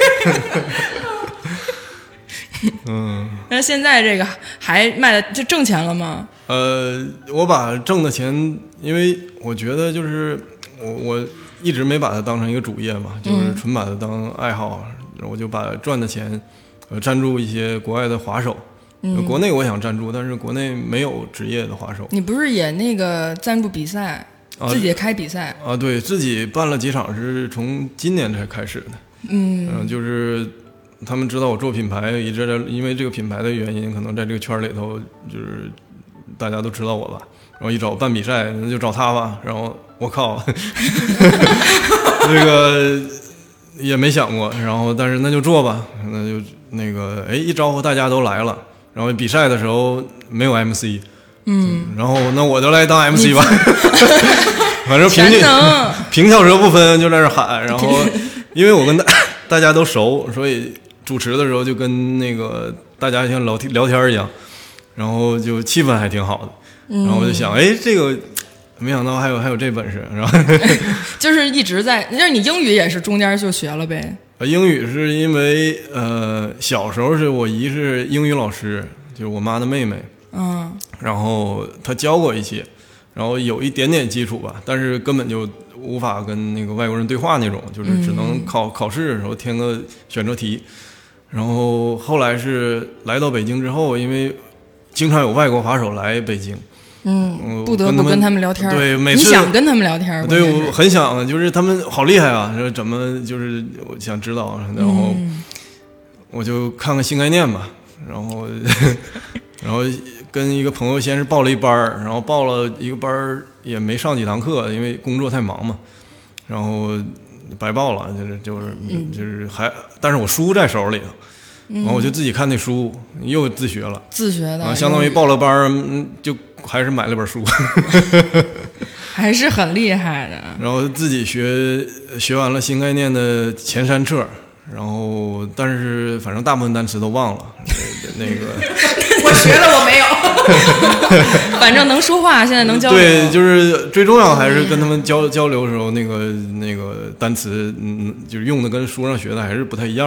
那现在这个还卖的就挣钱了吗？ 我把挣的钱，因为我觉得就是我一直没把它当成一个主业嘛，就是纯把它当爱好，我就把赚的钱赞助一些国外的滑手。国内我想赞助，但是国内没有职业的滑手。你不是也那个赞助比赛，自己开比赛啊？对，自己办了几场，是从今年才开始的。就是他们知道我做品牌，一直在因为这个品牌的原因，可能在这个圈里头，就是大家都知道我吧。然后一找办比赛，那就找他吧。然后我靠，这个也没想过。然后但是那就做吧，那就那个一招呼大家都来了。然后比赛的时候没有 MC， 然后那我就来当 MC 吧，反正平翘舌不分就在这喊，然后因为我跟大家都熟，所以主持的时候就跟那个大家像聊天一样，然后就气氛还挺好的，然后我就想这个没想到还有这本事，然后就是一直在，就是你英语也是中间就学了呗。 英语是因为小时候是我姨是英语老师，就是我妈的妹妹，然后她教过一些，然后有一点点基础吧，但是根本就无法跟那个外国人对话那种，就是只能考试的时候填个选择题。然后后来是来到北京之后，因为经常有外国滑手来北京， 不得不跟他们聊天。 对，每次你想跟他们聊天？ 对，我很想，就是他们好厉害啊，说怎么就是我想知道，然后我就看看新概念吧，然后跟一个朋友先是报了一班，然后报了一个班也没上几堂课，因为工作太忙嘛，然后白报了，就是还，但是我书在手里头。然后我就自己看那书，又自学了， 自学的， 相当于报了班，就还是买了本书， 还是很厉害的。 然后自己学完了新概念的前3册，然后但是反正大部分单词都忘了。那个我学了，我没有。 反正能说话，现在能交流。 对，就是最重要还是跟他们交流的时候，那个单词，就是用的跟书上学的还是不太一样嘛。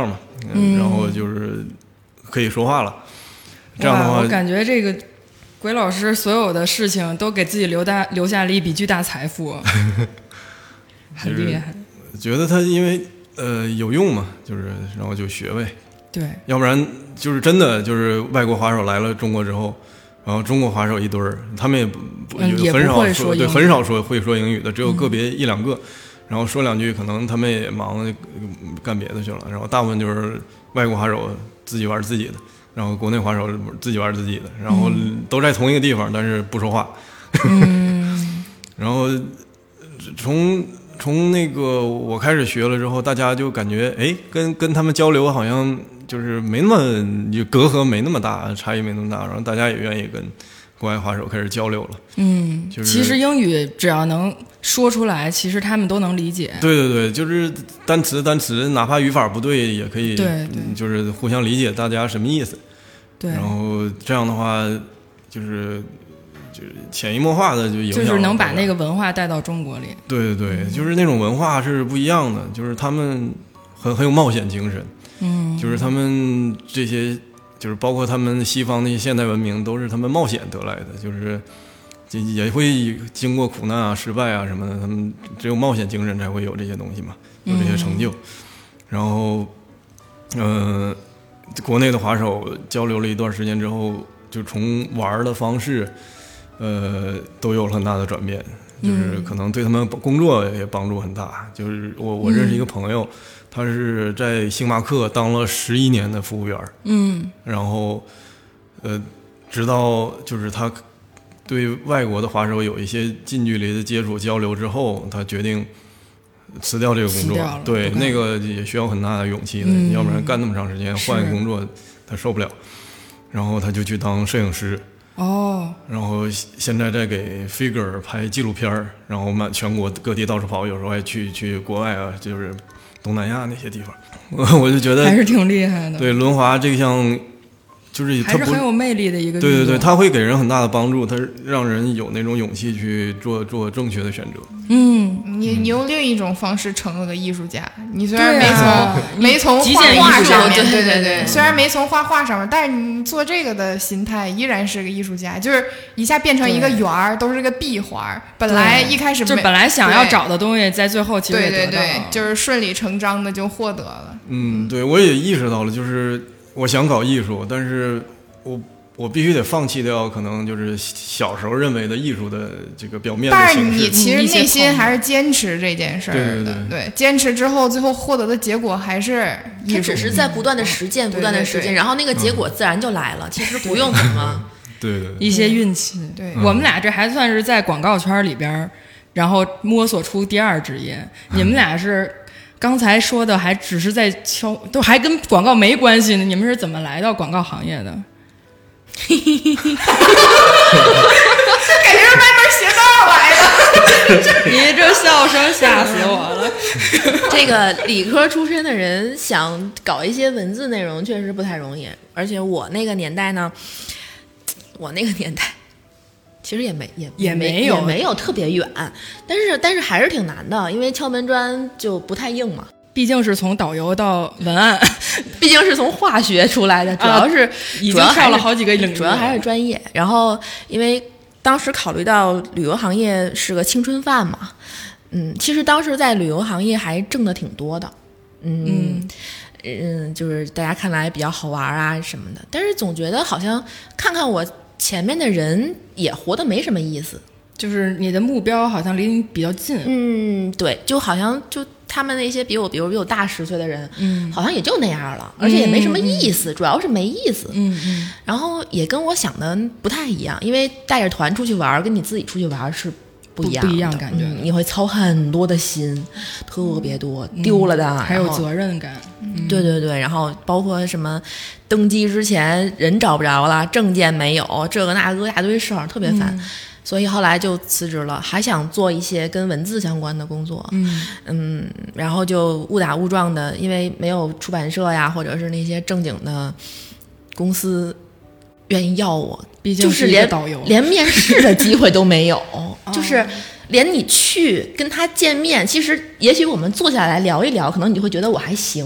然后就是可以说话了。这样的话， 我感觉这个鬼老师所有的事情都给自己留下了一笔巨大财富，很厉害。 觉得他因为有用嘛，就是然后就学呗。 对， 要不然就是真的就是外国滑手来了中国之后，然后中国滑手一堆儿，他们也很少说，对，很少会说英语的，只有个别一两个，然后说两句，可能他们也忙干别的去了，然后大部分就是外国滑手自己玩自己的，然后国内滑手自己玩自己的，然后都在同一个地方，但是不说话。然后从那个我开始学了之后，大家就感觉跟他们交流好像就是没那么隔阂没那么大，差异没那么大，然后大家也愿意跟国外滑手开始交流了。就是其实英语只要能说出来，其实他们都能理解。 对，就是单词，哪怕语法不对也可以， 对， 就是互相理解大家什么意思。 对， 然后这样的话，就是潜移默化的就影响， 就是能把那个文化带到中国里。 对，就是那种文化是不一样的，就是他们很有冒险精神。就是他们这些，就是包括他们西方那些现代文明，都是他们冒险得来的，就是也会经过苦难啊、失败啊什么的，他们只有冒险精神才会有这些东西嘛，有这些成就。然后，国内的滑手交流了一段时间之后，就从玩的方式，都有了很大的转变，就是可能对他们工作也帮助很大。就是我认识一个朋友。他是在星巴克当了11年的服务员，然后，直到就是他对外国的滑手有一些近距离的接触交流之后，他决定辞掉这个工作。对，那个也需要很大的勇气的，要不然干那么长时间换一个工作他受不了，然后他就去当摄影师。然后现在在给 Figure 拍纪录片，然后全国各地到处跑，有时候还去国外啊，就是东南亚那些地方，我就觉得还是挺厉害的。 对，轮滑这项就是还是很有魅力的一个运动。 对，它会给人很大的帮助，它让人有那种勇气去做正确的选择。 你用另一种方式成了个艺术家。你虽然没从画画上面，对，虽然没从画画上面，但是你做这个的心态依然是个艺术家，就是一下变成一个圆儿，都是个闭环。本来一开始就本来想要找的东西，在最后其实也得到了， 对，就是顺理成章的就获得了。 对，我也意识到了，就是我想搞艺术，但是我必须得放弃掉可能就是小时候认为的艺术的这个表面的形式。 但是你其实内心还是坚持这件事儿的，对，坚持之后，最后获得的结果还是艺术。 它只是在不断的实践，不断的实践，然后那个结果自然就来了。其实不用怎么， 对， 一些运气。 对， 我们俩这还算是在广告圈里边，然后摸索出第二职业。你们俩是刚才说的，还只是在都还跟广告没关系呢。你们是怎么来到广告行业的？ 感觉是外面学道来的。 你这笑声吓死我了。 这个理科出身的人想搞一些文字内容确实不太容易，而且我那个年代其实也没有特别远，但是还是挺难的，因为敲门砖就不太硬嘛。 毕竟是从导游到文案， 毕竟是从化学出来的，主要是已经跳了好几个领域， 主要还是专业。然后因为当时考虑到旅游行业是个青春饭嘛，其实当时在旅游行业还挣得挺多的，就是大家看来比较好玩啊什么的，但是总觉得好像看看我前面的人也活得没什么意思， 就是你的目标好像离你比较近。 对，就好像就他们那些比我大10岁的人，好像也就那样了，而且也没什么意思，主要是没意思。然后也跟我想的不太一样，因为带着团出去玩跟你自己出去玩是不一样感觉的， 你会操很多的心，特别多，丢了的， 还有责任感。 对，然后包括什么登机之前人找不着了，证件没有，这个那个一大堆事儿，特别烦。所以后来就辞职了，还想做一些跟文字相关的工作。然后就误打误撞的，因为没有出版社呀，或者是那些正经的公司愿意要我， 毕竟是一个导游， 连面试的机会都没有，就是连你去跟他见面，其实也许我们坐下来聊一聊，可能你就会觉得我还行，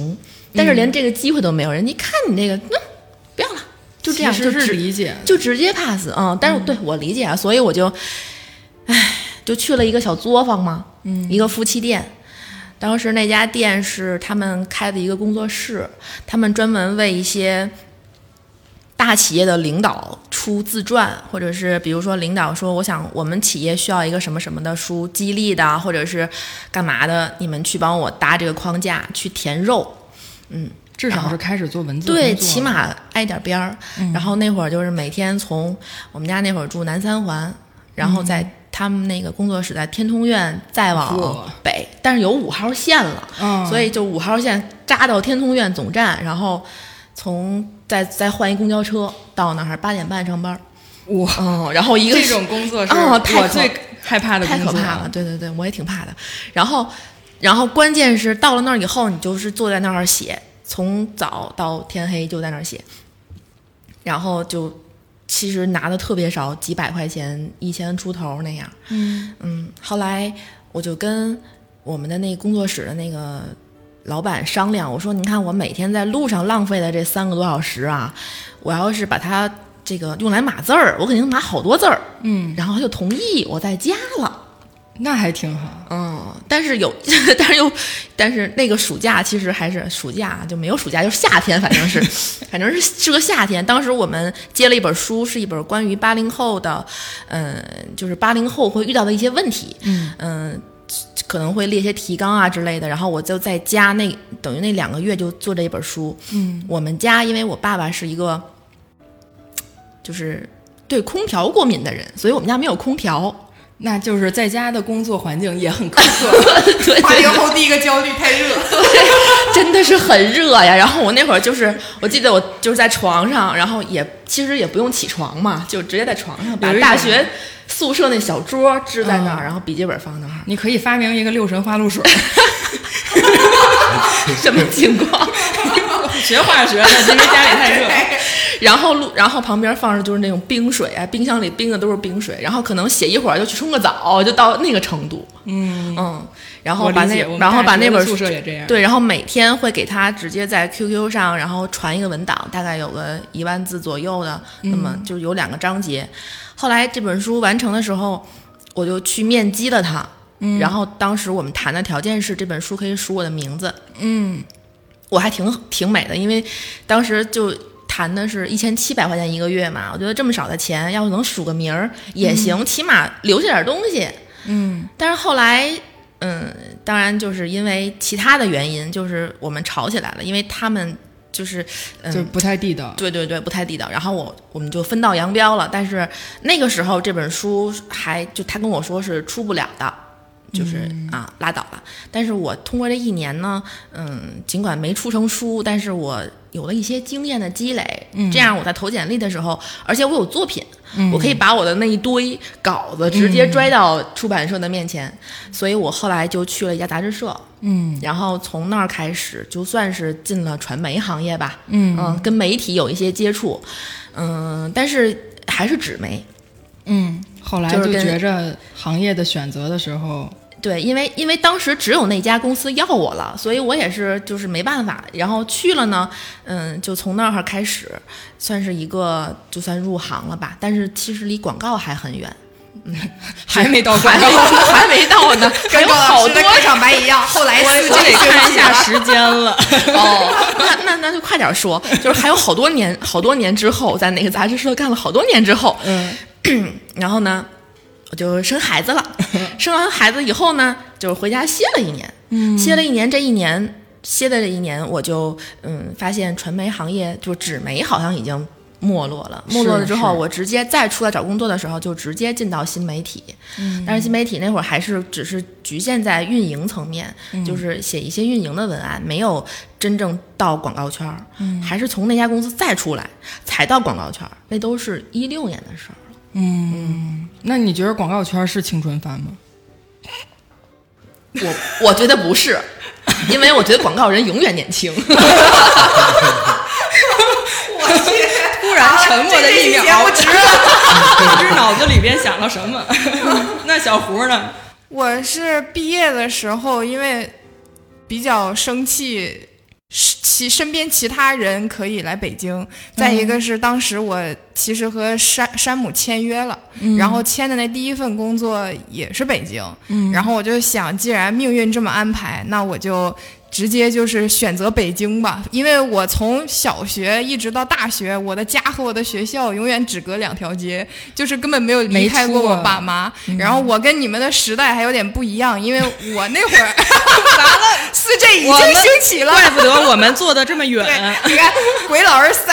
但是连这个机会都没有，人家看你这个，不要了，就这样， 其实是理解， 就直接 pass 但是对我理解啊，所以我就，就去了一个小作坊嘛，一个夫妻店。当时那家店是他们开的一个工作室，他们专门为一些大企业的领导出自传，或者是比如说领导说我们企业需要一个什么什么的书，激励的或者是干嘛的，你们去帮我搭这个框架去填肉， 至少是开始做文字对，起码挨点边儿。然后那会儿就是每天从我们家那会儿住南三环，然后在他们那个工作室在天通苑再往北，但是有5号线了，所以就5号线扎到天通苑总站，然后再换一公交车到那儿8点半上班。哇，然后一个这种工作是我最害怕的工作， 太可怕了。对对对，我也挺怕的。然后关键是到了那儿以后，你就是坐在那儿写，从早到天黑就在那儿写，然后就其实拿的特别少，几百块钱，1000出头那样。后来我就跟我们的那工作室的那个老板商量，我说你看我每天在路上浪费的这3个多小时啊，我要是把它这个用来码字儿，我肯定码好多字儿。然后他就同意我在家了。 那还挺好。 但是那个暑假其实还是暑假就没有暑假，就是夏天，反正是个夏天。当时我们接了一本书，是一本关于80后的，就是80后会遇到的一些问题，可能会列一些提纲啊之类的。然后我就在家等于那2个月就做这一本书。我们家因为我爸爸是一个就是对空调过敏的人，所以我们家没有空调。 那就是在家的工作环境也很苛刻。 对 80后第一个焦虑太热， 对，真的是很热呀。然后我那会儿我记得我就是在床上，然后其实也不用起床嘛，就直接在床上把大学宿舍那小桌支在那儿，然后笔记本放那儿。 你可以发明一个6神花露水。 什么情况？ 学化学的，因为家里太热。 然后旁边放着就是那种冰水啊，冰箱里冰的都是冰水，然后可能写一会儿就去冲个澡，就到那个程度。然后把那本宿舍也这样。 对，然后每天会给他直接在 QQ 上，然后传一个文档，大概有个1万字左右的，那么就有2个章节。后来这本书完成的时候，我就去面基了他。然后当时我们谈的条件是这本书可以署我的名字。我还挺美的，因为当时就谈的是1700块钱1个月嘛，我觉得这么少的钱，要是能署个名儿也行，起码留下点东西。但是后来当然就是因为其他的原因，就是我们吵起来了，因为他们就是就不太地道。 对对对，不太地道。然后我们就分道扬镳了。但是那个时候这本书他跟我说是出不了的。就是拉倒了。但是我通过这1年呢，尽管没出成书，但是我有了一些经验的积累，这样我在投简历的时候，而且我有作品，我可以把我的那一堆稿子直接拽到出版社的面前，所以我后来就去了一家杂志社，然后从那儿开始就算是进了传媒行业吧，跟媒体有一些接触，但是还是纸媒， 后来就觉着行业的选择的时候。 对，因为当时只有那家公司要我了，所以我也是就是没办法，然后去了呢，就从那儿开始，算是一个就算入行了吧，但是其实离广告还很远， 还没到广告， 还没到呢，还有好多开场白一样。后来我得看一下时间了。 那就快点说，就是还有好多年之后，在那个杂志社干了好多年之后，然后呢。我就生孩子了，生完孩子以后呢，就是回家歇了1年，歇了1年，歇的这一年，我就发现传媒行业就纸媒好像已经没落了，没落了之后，我直接再出来找工作的时候，就直接进到新媒体，但是新媒体那会儿还是只是局限在运营层面，就是写一些运营的文案，没有真正到广告圈，还是从那家公司再出来才到广告圈，那都是16年的事儿。 那你觉得广告圈是青春番吗？ 我觉得不是，因为我觉得广告人永远年轻。我去，突然沉默的1秒，不知脑子里边想了什么。那小胡呢？ 我是毕业的时候，因为比较生气， 身边其他人可以来北京，再一个是当时我其实和山姆签约了，然后签的那第一份工作也是北京，然后我就想，既然命运这么安排，那我就直接就是选择北京吧，因为我从小学一直到大学，我的家和我的学校永远只隔2条街，就是根本没有离开过我爸妈。然后我跟你们的时代还有点不一样，因为我那会儿完了4G 已经兴起了， 怪不得我们坐的这么远。 你看，鬼老师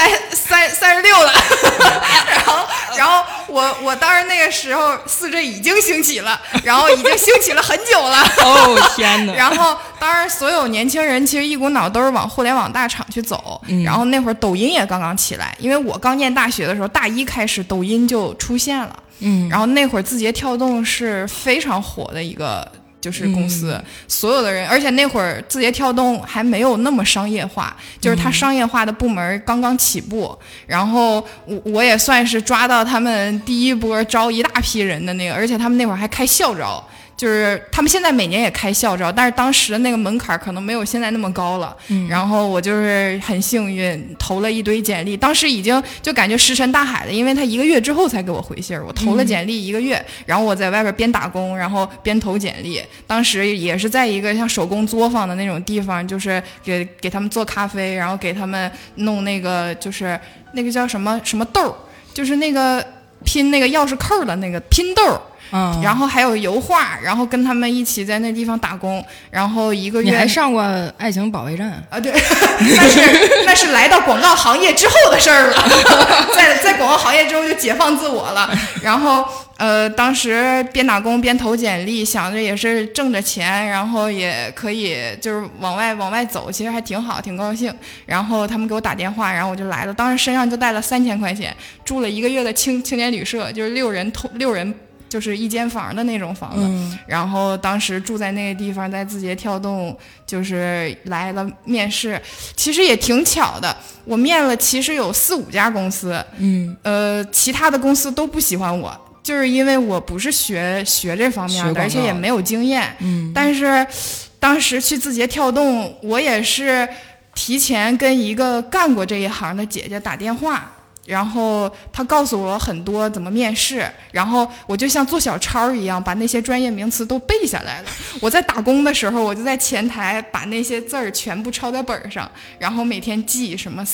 36了，然后我当时那个时候4G 已经兴起了，然后已经兴起了很久了。 哦天哪！ 然后当然所有年轻人其实一股脑都是往互联网大厂去走，然后那会儿抖音也刚刚起来，因为我刚念大学的时候，大一开始抖音就出现了，然后那会儿字节跳动是非常火的一个就是公司，所有的人，而且那会儿字节跳动还没有那么商业化，就是它商业化的部门刚刚起步，然后我也算是抓到他们第一波招一大批人的那个，而且他们那会儿还开校招。就是他们现在每年也开校招，但是当时的那个门槛可能没有现在那么高了。然后我就是很幸运投了一堆简历，当时已经就感觉石沉大海了，因为他1个月之后才给我回信儿。我投了简历1个月，然后我在外边边打工，然后边投简历。当时也是在一个像手工作坊的那种地方，就是给他们做咖啡，然后给他们弄那个就是那个叫什么豆，就是那个拼那个钥匙扣的那个拼豆。然后还有油画，然后跟他们一起在那地方打工，然后1个月。 你还上过爱情保卫战啊？对，那是来到广告行业之后的事儿了，在广告行业之后就解放自我了。然后当时边打工边投简历，想着也是挣着钱，然后也可以就是往外走，其实还挺好，挺高兴。然后他们给我打电话，然后我就来了，当时身上就带了3000块钱，住了1个月的青年旅社，就是6人。就是一间房的那种房子，然后当时住在那个地方，在字节跳动，就是来了面试，其实也挺巧的，我面了，其实有4、5家公司，其他的公司都不喜欢我，就是因为我不是学这方面的，而且也没有经验，但是当时去字节跳动，我也是提前跟一个干过这一行的姐姐打电话。然后他告诉我很多怎么面试，然后我就像做小抄一样把那些专业名词都背下来了。我在打工的时候，我就在前台把那些字儿全部抄在本上，然后每天记什么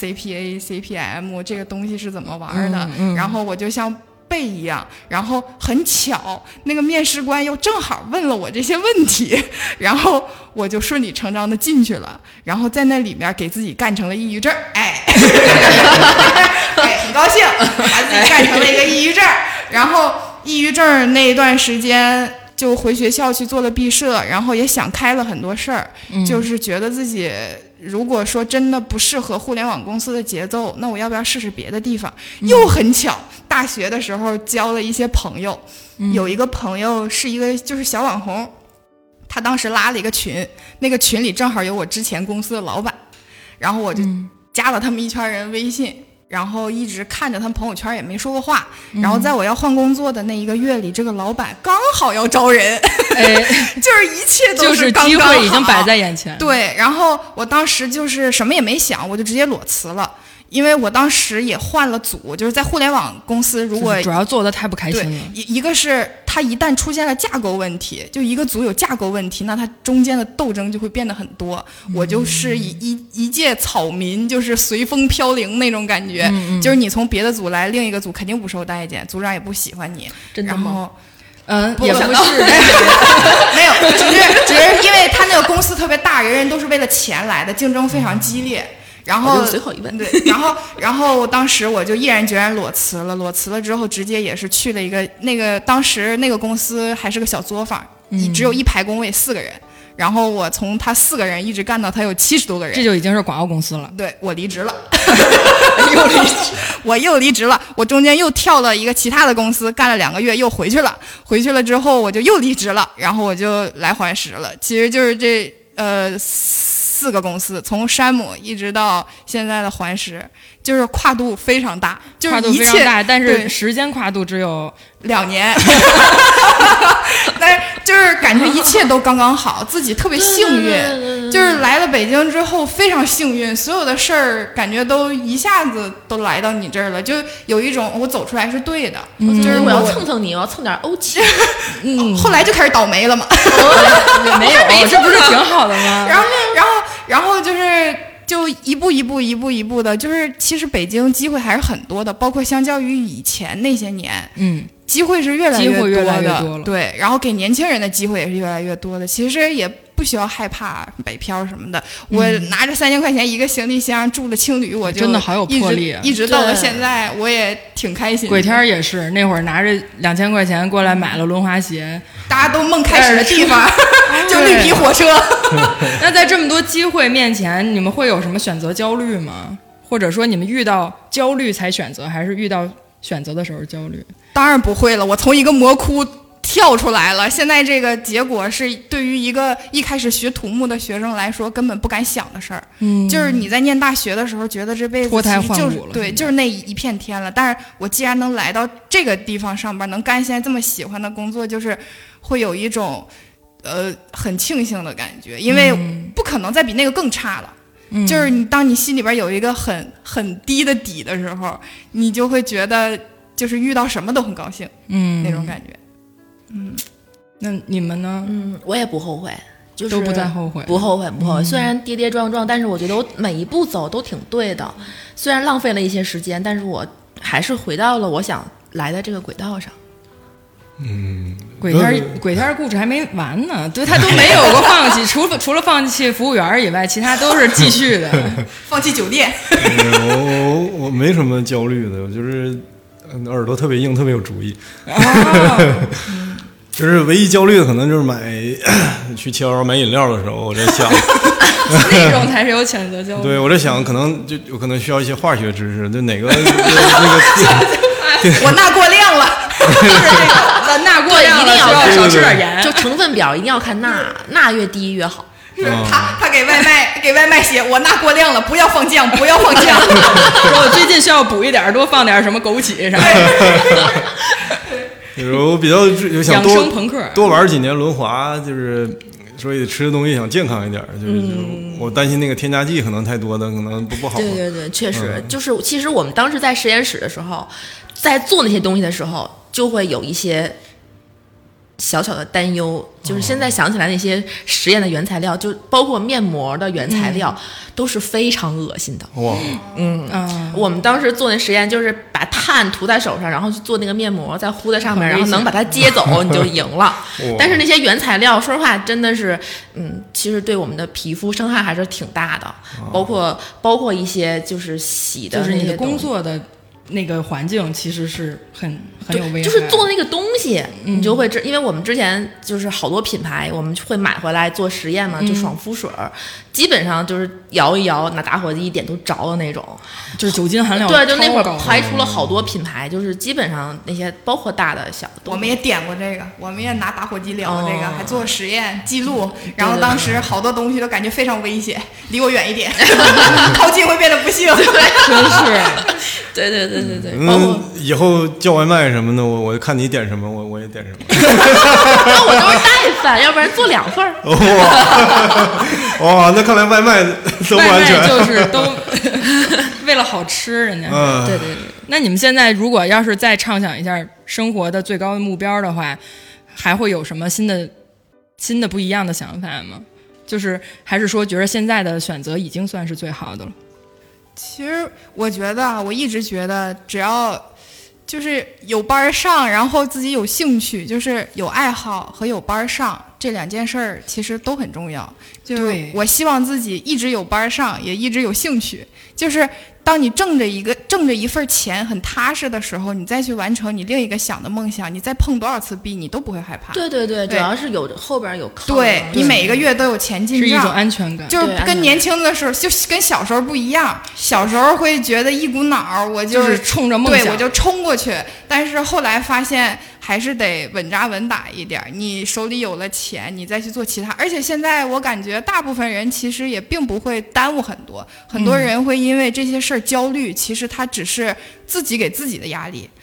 CPA、CPM 这个东西是怎么玩的，然后我就像背一样，然后很巧，那个面试官又正好问了我这些问题，然后我就顺理成章的进去了，然后在那里面给自己干成了抑郁症，很高兴把自己干成了一个抑郁症，然后抑郁症那一段时间就回学校去做了毕设，然后也想开了很多事儿，就是觉得自己如果说真的不适合互联网公司的节奏，那我要不要试试别的地方？又很巧，大学的时候交了一些朋友，有一个朋友是一个就是小网红，他当时拉了一个群，那个群里正好有我之前公司的老板，然后我就加了他们一圈人微信，然后一直看着他们朋友圈也没说过话，然后在我要换工作的那1个月里，这个老板刚好要招人，就是一切都是刚刚好， 就是机会已经摆在眼前。 对，然后我当时就是什么也没想，我就直接裸辞了。因为我当时也换了组，就是在互联网公司，如果主要做的太不开心了。 一个是它一旦出现了架构问题，就一个组有架构问题，那它中间的斗争就会变得很多。我就是一介草民，就是随风飘零那种感觉，就是你从别的组来另一个组肯定不受待见，组长也不喜欢你。 真的吗？ 也不是， 没有，只是因为他那个公司特别大，人都是为了钱来的，竞争非常激烈。然后随口一问， 对，然后当时我就毅然决然裸辞了之后直接也是去了一个当时那个公司还是个小作坊，只有1排工位4个人，然后我从他4个人一直干到他有70多个人， 这就已经是广告公司了。 对，我离职了，我又离职了，我中间又跳了一个其他的公司，干了2个月又回去了之后我就又离职了，然后我就来环石了。其实就是这4个公司，从山姆一直到现在的环石，就是跨度非常大，就是一切跨度非常大，但是时间跨度只有 2年，但是就是感觉一切都刚刚好，自己特别幸运，就是来了北京之后非常幸运，所有的事儿感觉都一下子都来到你这儿了，就有一种我走出来是对的，就是我要蹭蹭你，我要蹭点欧气。 后来就开始倒霉了嘛， 没有，这不是挺好的吗？ 然后就一步的，就是其实北京机会还是很多的，包括相较于以前那些年，机会是越来越多的，对，然后给年轻人的机会也是越来越多的。其实也不需要害怕北漂什么的，我拿着3000块钱一个行李箱住了青旅，我就真的好有魄力啊！ 一直到了现在，我也挺开心的。 鬼天也是那会儿拿着2000块钱过来买了轮滑鞋， 大家都梦开始的地方就绿皮火车。 那在这么多机会面前，你们会有什么选择焦虑吗？或者说你们遇到焦虑才选择，还是遇到选择的时候焦虑？ 当然不会了，我从一个魔窟跳出来了，现在这个结果是对于一个一开始学土木的学生来说根本不敢想的事儿。就是你在念大学的时候觉得这辈子脱胎换骨了， 对，就是那一片天了。但是我既然能来到这个地方上班，能干现在这么喜欢的工作，就是会有一种很庆幸的感觉，因为不可能再比那个更差了。就是当你心里边有一个很低的底的时候，你就会觉得就是遇到什么都很高兴，那种感觉。 那你们呢？ 我也不后悔，就是都不再后悔， 不后悔。虽然跌跌撞撞，但是我觉得我每一步走都挺对的。虽然浪费了一些时间，但是我还是回到了我想来的这个轨道上。 鬼天故事还没完呢，对，他都没有过放弃，除了放弃服务员以外，其他都是继续的。 放弃酒店。 我没什么焦虑的，我就是耳朵特别硬，特别有主意。就是唯一焦虑的可能就是去711买饮料的时候，我在想， 那种才是有选择焦虑。 对，我在想，可能就有可能需要一些化学知识，就哪个那个。 我钠过量了， 就是那个钠过量了，需要少吃点盐。 就成分表一定要看钠越低越好。 他给外卖写我钠过量了，不要放酱，不要放酱。 说我最近需要补一点，多放点什么枸杞啥的。 我比较想养生朋克， 多玩几年轮滑，就是所以吃的东西想健康一点，就是我担心那个添加剂可能太多的，可能不好。 对，确实，就是其实我们当时在实验室的时候，在做那些东西的时候，就会有一些小小的担忧，就是现在想起来那些实验的原材料，就包括面膜的原材料，都是非常恶心的。 哇， 我们当时做那实验就是把碳涂在手上，然后去做那个面膜，再糊在上面，然后能把它接走，你就赢了。但是那些原材料，说实话，真的是，其实对我们的皮肤伤害还是挺大的，包括一些就是洗的， 就是你的工作的那个环境其实是很有危害， 就是做那个东西，你就会因为我们之前就是好多品牌，我们会买回来做实验嘛，就爽肤水，基本上就是摇一摇，拿打火机一点都着的那种， 就是酒精含量对，就那会儿排出了好多品牌，就是基本上那些包括大的小的， 我们也点过这个，我们也拿打火机燎过这个，还做实验记录，然后当时好多东西都感觉非常危险，离我远一点，靠近会变得不幸。 真是， 对，包括以后叫外卖什么的，我看你点什么，我也点什么。 那我就是带饭，要不然做2份。 哇，那看来外卖都不安全， 外卖就是都为了好吃，人家。 对。 那你们现在如果要是再畅想一下生活的最高的目标的话，还会有什么新的不一样的想法吗？就是还是说觉得现在的选择已经算是最好的了？ 其实我觉得，我一直觉得，只要就是有班上，然后自己有兴趣，就是有爱好和有班上这2件事儿，其实都很重要。就是我希望自己一直有班上，也一直有兴趣。就是当你挣着一份钱很踏实的时候，你再去完成你另一个想的梦想，你再碰多少次壁，你都不会害怕。 对，主要是后边有靠。 对，你每一个月都有钱进账， 是一种安全感。 就是跟年轻的时候，就跟小时候不一样。小时候会觉得一股脑我就是冲着梦想， 对，我就冲过去。但是后来发现还是得稳扎稳打一点。你手里有了钱，你再去做其他。而且现在我感觉大部分人其实也并不会耽误很多，很多人会因为这些事儿焦虑，其实他只是自己给自己的压力。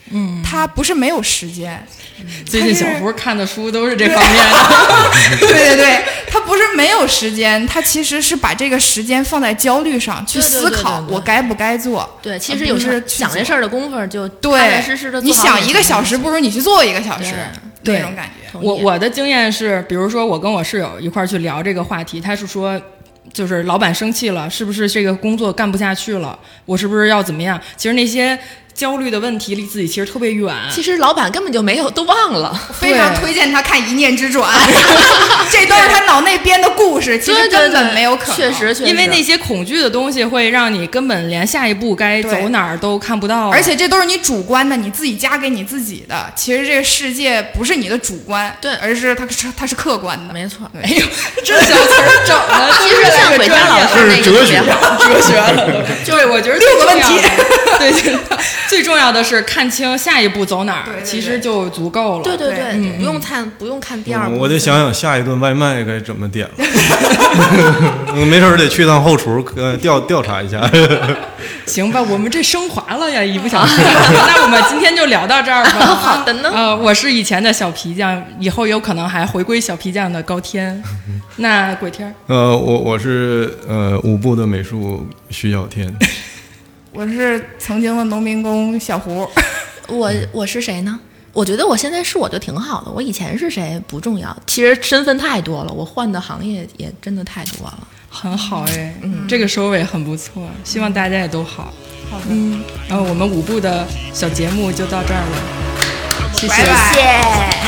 他不是没有时间。 最近小胡看的书都是这方面的。 对对对，他不是没有时间，他其实是把这个时间放在焦虑上去思考我该不该做。 对，其实有时想这事儿的功夫就踏踏实实的。 你想1个小时，不如你去做1个小时，那种感觉。 我的经验是，比如说我跟我室友一块儿去聊这个话题，他是说。就是老板生气了，是不是这个工作干不下去了？我是不是要怎么样？其实那些焦虑的问题离自己其实特别远。 其实老板根本就没有，都忘了。 非常推荐他看《一念之转》，这都是他脑内编的故事，其实根本没有可能。 确实， 因为那些恐惧的东西会让你根本连下一步该走哪儿都看不到。 而且这都是你主观的，你自己加给你自己的。其实这个世界不是你的主观， 对， 而是它是客观的。 没错。 哎呦，这小词儿整的， 其实像鬼天老师那个特别好， 哲学了。对，我觉得 6个问题。 对，最重要的是看清下一步走哪儿，其实就足够了。 对对对，不用看第二步。 我得想想下一顿外卖该怎么点了。没事得去趟后厨调查一下。 行吧，我们这升华了呀，1不小时。那我们今天就聊到这儿吧。 好的呢。 我是以前的小皮匠，以后有可能还回归小皮匠的高天。那鬼天我是舞步的美术徐小天。 我是曾经的农民工小胡。 我是谁呢？我觉得我现在是我就挺好的，我以前是谁不重要，其实身份太多了，我换的行业也真的太多了。 很好哎，这个收尾很不错，希望大家也都好。 好的， 然后我们舞步的小节目就到这儿了，谢谢。 拜拜。